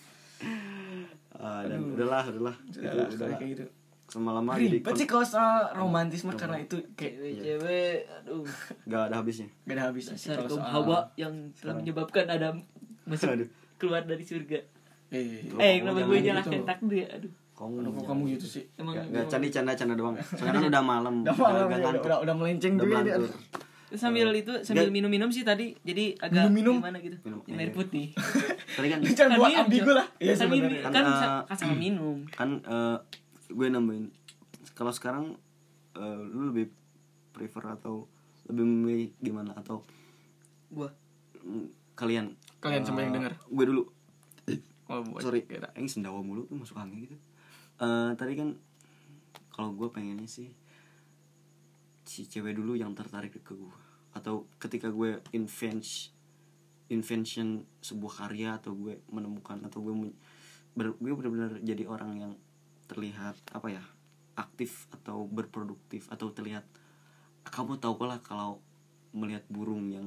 Dan udahlah. Itu udah kayak gitu. Semalam jadi ribet sih kalau soal romantisme karena itu kayak cewek, aduh. Gak ada habisnya. Dasar kaum Hawa yang telah menyebabkan Adam masuk keluar dari surga. Kenapa gue nyalahin takdir ya? Aduh. Kamu gitu sih. Gak canda doang. Soalnya kan udah malam. Udah melenceng juga dia. Sambil minum sih tadi, jadi agak gimana gitu. Air putih. Tadi kan jangan buat ambigu lah. Iya sebenarnya. Kan sama minum. Kan gue nambahin, kalau sekarang lu lebih prefer atau lebih memilih gimana, atau gua kalian sampai yang denger gue dulu. Sorry ini sendawa mulu tuh masuk angin gitu. Tadi kan kalau gue pengennya sih si cewek dulu yang tertarik ke gue, atau ketika gue invention sebuah karya, atau gue menemukan, atau gue benar-benar jadi orang yang terlihat apa ya, aktif atau berproduktif, atau terlihat, kamu tahu lah kalau melihat burung yang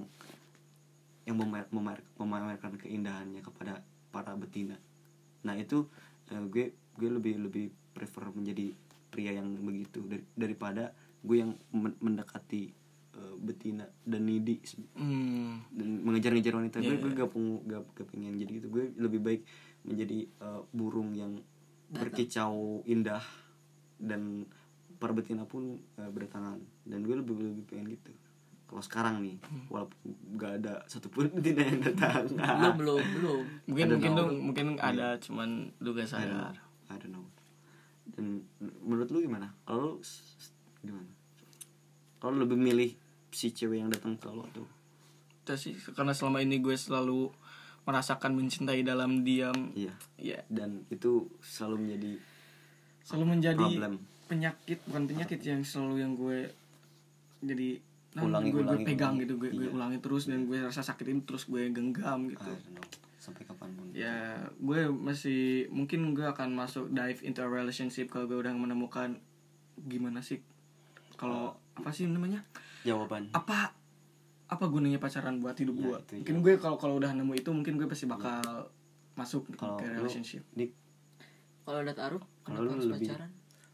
memamerkan keindahannya kepada para betina. Nah itu gue lebih prefer menjadi pria yang begitu daripada gue yang mendekati betina dan needy dan mengejar-ngejar wanita. Gue gak pengen jadi gitu. Gue lebih baik menjadi burung yang berkicau indah dan para betina pun berdatangan, dan gue lebih pengen gitu kalau sekarang nih, walaupun gak ada satupun betina yang datang. belum mungkin ada, cuman lu gak sadar. I don't know. Dan menurut lu gimana? Kalau lu gimana? Kalau lu lebih milih si cewek yang datang ke lu atau? Itu sih karena selama ini gue selalu merasakan mencintai dalam diam. Iya. Dan itu selalu menjadi problem. bukan penyakit yang selalu yang gue jadi gue pegang gitu, gue ulangi terus, dan gue rasa sakit ini terus gue genggam gitu. Sampai kapanpun. Ya gue masih, mungkin gue akan masuk dive into a relationship kalau gue udah menemukan gimana sih kalau apa sih namanya, jawaban apa gunanya pacaran buat hidup gue. Mungkin gue kalau udah nemu itu, mungkin gue pasti bakal masuk ke relationship. Kalau udah taruh kenapa harus pacaran?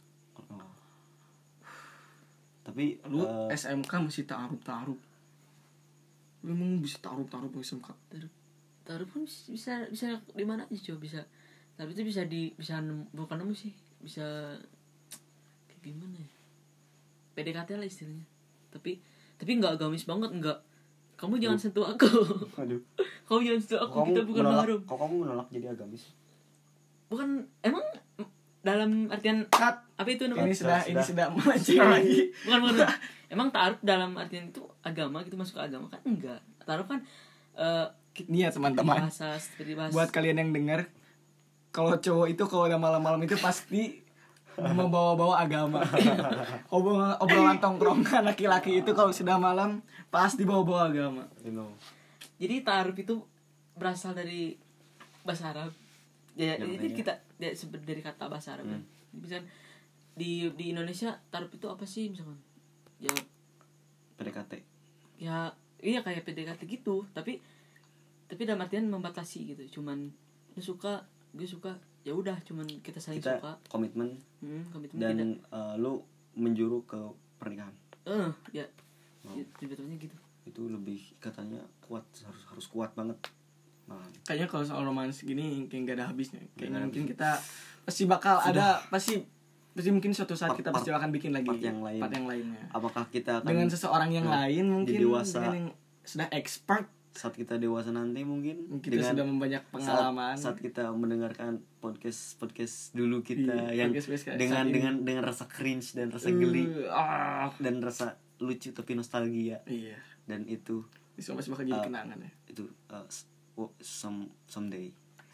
Tapi lu SMK masih taruh. Lu emang bisa taruh SMK? Taruh pun bisa di mana aja coba bisa. Taruh itu bisa bukan nemu sih, bisa kayak gimana ya? PDKT lah istilahnya. Tapi enggak gamis banget, enggak. Kamu jangan sentuh aku. Aduh. Kamu jangan sentuh aku, kita bukan mahram. Kok kamu menolak jadi agamis? Bukan, emang dalam artian apa itu namanya? Ini sudah memancing lagi. Bukan. Emang taruh dalam artian itu agama gitu, masuk ke agama kan? Enggak. Taruh kan nih ya teman-teman. Buat kalian yang dengar, kalau cowok itu kalau udah malam-malam itu pasti membawa-bawa agama. Obrolan tongkrongan laki-laki itu kalau sudah malam pasti bawa-bawa agama. Jadi taruh itu berasal dari bahasa Arab. Ya, ini kita dari kata bahasa Arab kan. Misalkan di Indonesia taruh itu apa sih misalkan? Ya PDKT. Ya, iya kayak PDKT gitu, tapi dalam artian membatasi gitu. Cuman lu suka, gue suka, ya udah, cuman kita saling suka. Komitmen. Komitmen dan lu menjuru ke pernikahan. Ya. Sebetulnya gitu. Itu lebih katanya kuat, harus kuat banget. Kayaknya kalau soal romans gini kayak gak ada habisnya. Kayaknya mungkin kita pasti bakal ada pasti mungkin suatu saat kita pasti akan bikin lagi part yang lainnya. Apakah kita akan dengan seseorang yang lain mungkin dewasa, yang sudah expert saat kita dewasa nanti, mungkin kita sudah membanyak pengalaman saat kita mendengarkan podcast dulu kita yang podcast dengan rasa cringe dan rasa geli dan rasa lucu tapi nostalgia. Iya. Dan itu masih bakal jadi kenangan ya. Itu someday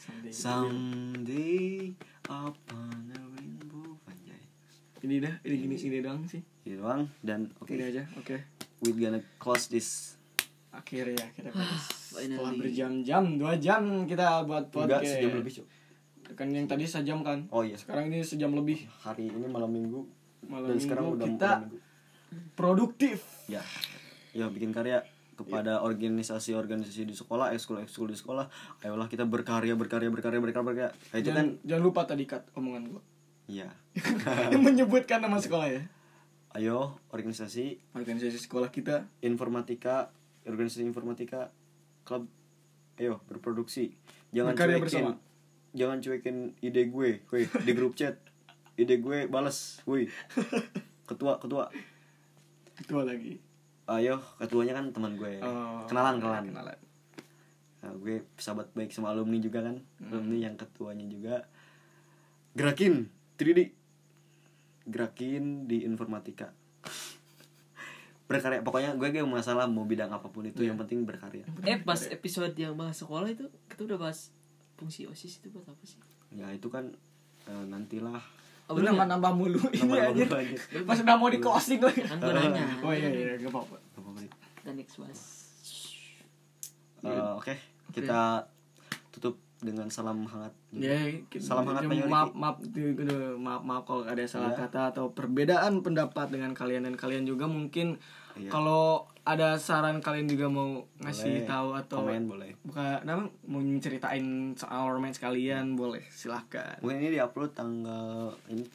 upon a rainbow. Anjay. Ini doang sih. Ini doang dan Ini aja. We gonna close this. Akhirnya setelah berjam-jam 2 jam kita buat podcast. Enggak, sejam lebih, Cuk. Kan yang tadi sejam kan. Oh iya. Sekarang ini sejam lebih. Hari ini malam minggu. Dan sekarang udah kita produktif. Ya, bikin karya kepada organisasi di sekolah, ekskul di sekolah. Ayolah kita berkarya. Itu kan jangan lupa tadi omongan gua. Iya. Yang menyebutkan nama sekolah ya. Ayo, organisasi sekolah kita, organisasi informatika klub. Ayo berproduksi. Jangan cuekin ide gue, di grup chat. Ide gue balas, Ketua lagi. Ayo, ketuanya kan teman gue. Kenalan. Nah, gue sahabat baik sama alumni juga kan. Alumni yang ketuanya juga. Gerakin 3D. Gerakin di informatika. Berkarya, pokoknya gue gak masalah mau bidang apapun itu, yang penting berkarya. Pas episode yang bahas sekolah itu kita udah bahas fungsi OSIS itu buat apa sih? Ya itu kan nantilah Lu nambah mulu ini aja. Pas udah mau di closing lagi. Kan gue nanya. Oh iya enggak apa-apa. Kita next bahas. Oke, kita tutup dengan salam hangat. Salam hangat maaf kalau ada salah kata atau perbedaan pendapat dengan kalian, dan kalian juga mungkin kalau ada saran kalian juga mau ngasih tahu atau komen boleh. Bukan mau ceritain soal romance kalian boleh, silahkan. Mungkin ini diupload tanggal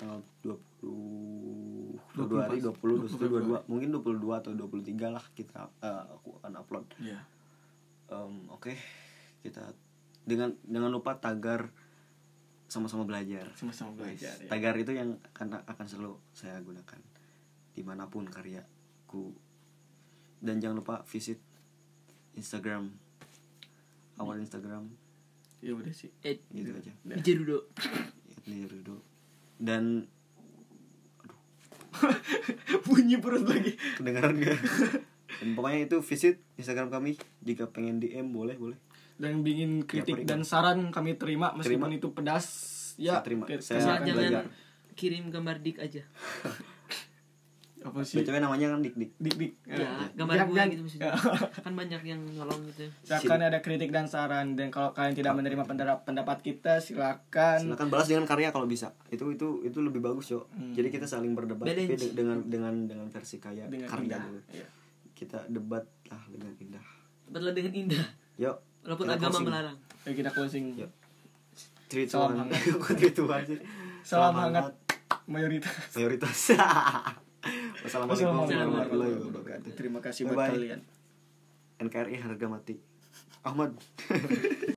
22, mungkin 22 atau 23 lah kita aku akan upload. Oke. Kita dengan lupa tagar sama-sama belajar. Tagar itu yang akan selalu saya gunakan dimanapun karyaku. Dan jangan lupa visit Instagram, awal Instagram. Ya udah sih. Gitu aja. Jerudo. Dan bunyi perut lagi. Kedengaran gak? Dan pokoknya itu visit Instagram kami. Jika pengen DM boleh. Dan bikin kritik dan saran kami terima meskipun itu pedas. Ya, terima. Saya jangan belajar. Kirim gambar dik aja. Apa sih? BTW namanya kan dik. Ya, gambar gue gitu maksudnya. Kan banyak yang nolong gitu. Silakan ada kritik dan saran, dan kalau kalian tidak menerima pendapat kita silakan balas dengan karya kalau bisa. Itu lebih bagus, yo. Jadi kita saling berdebat dengan versi karya dulu. Iya. Kita debat lah dengan indah. Debatlah dengan indah. Yuk. Walaupun agama melarang. Ayo kita closing. Yuk. Salam hangat. Salam hangat mayoritas. Wassalamualaikum warahmatullahi wabarakatuh. Terima kasih buat kalian. NKRI harga mati. Ahmad.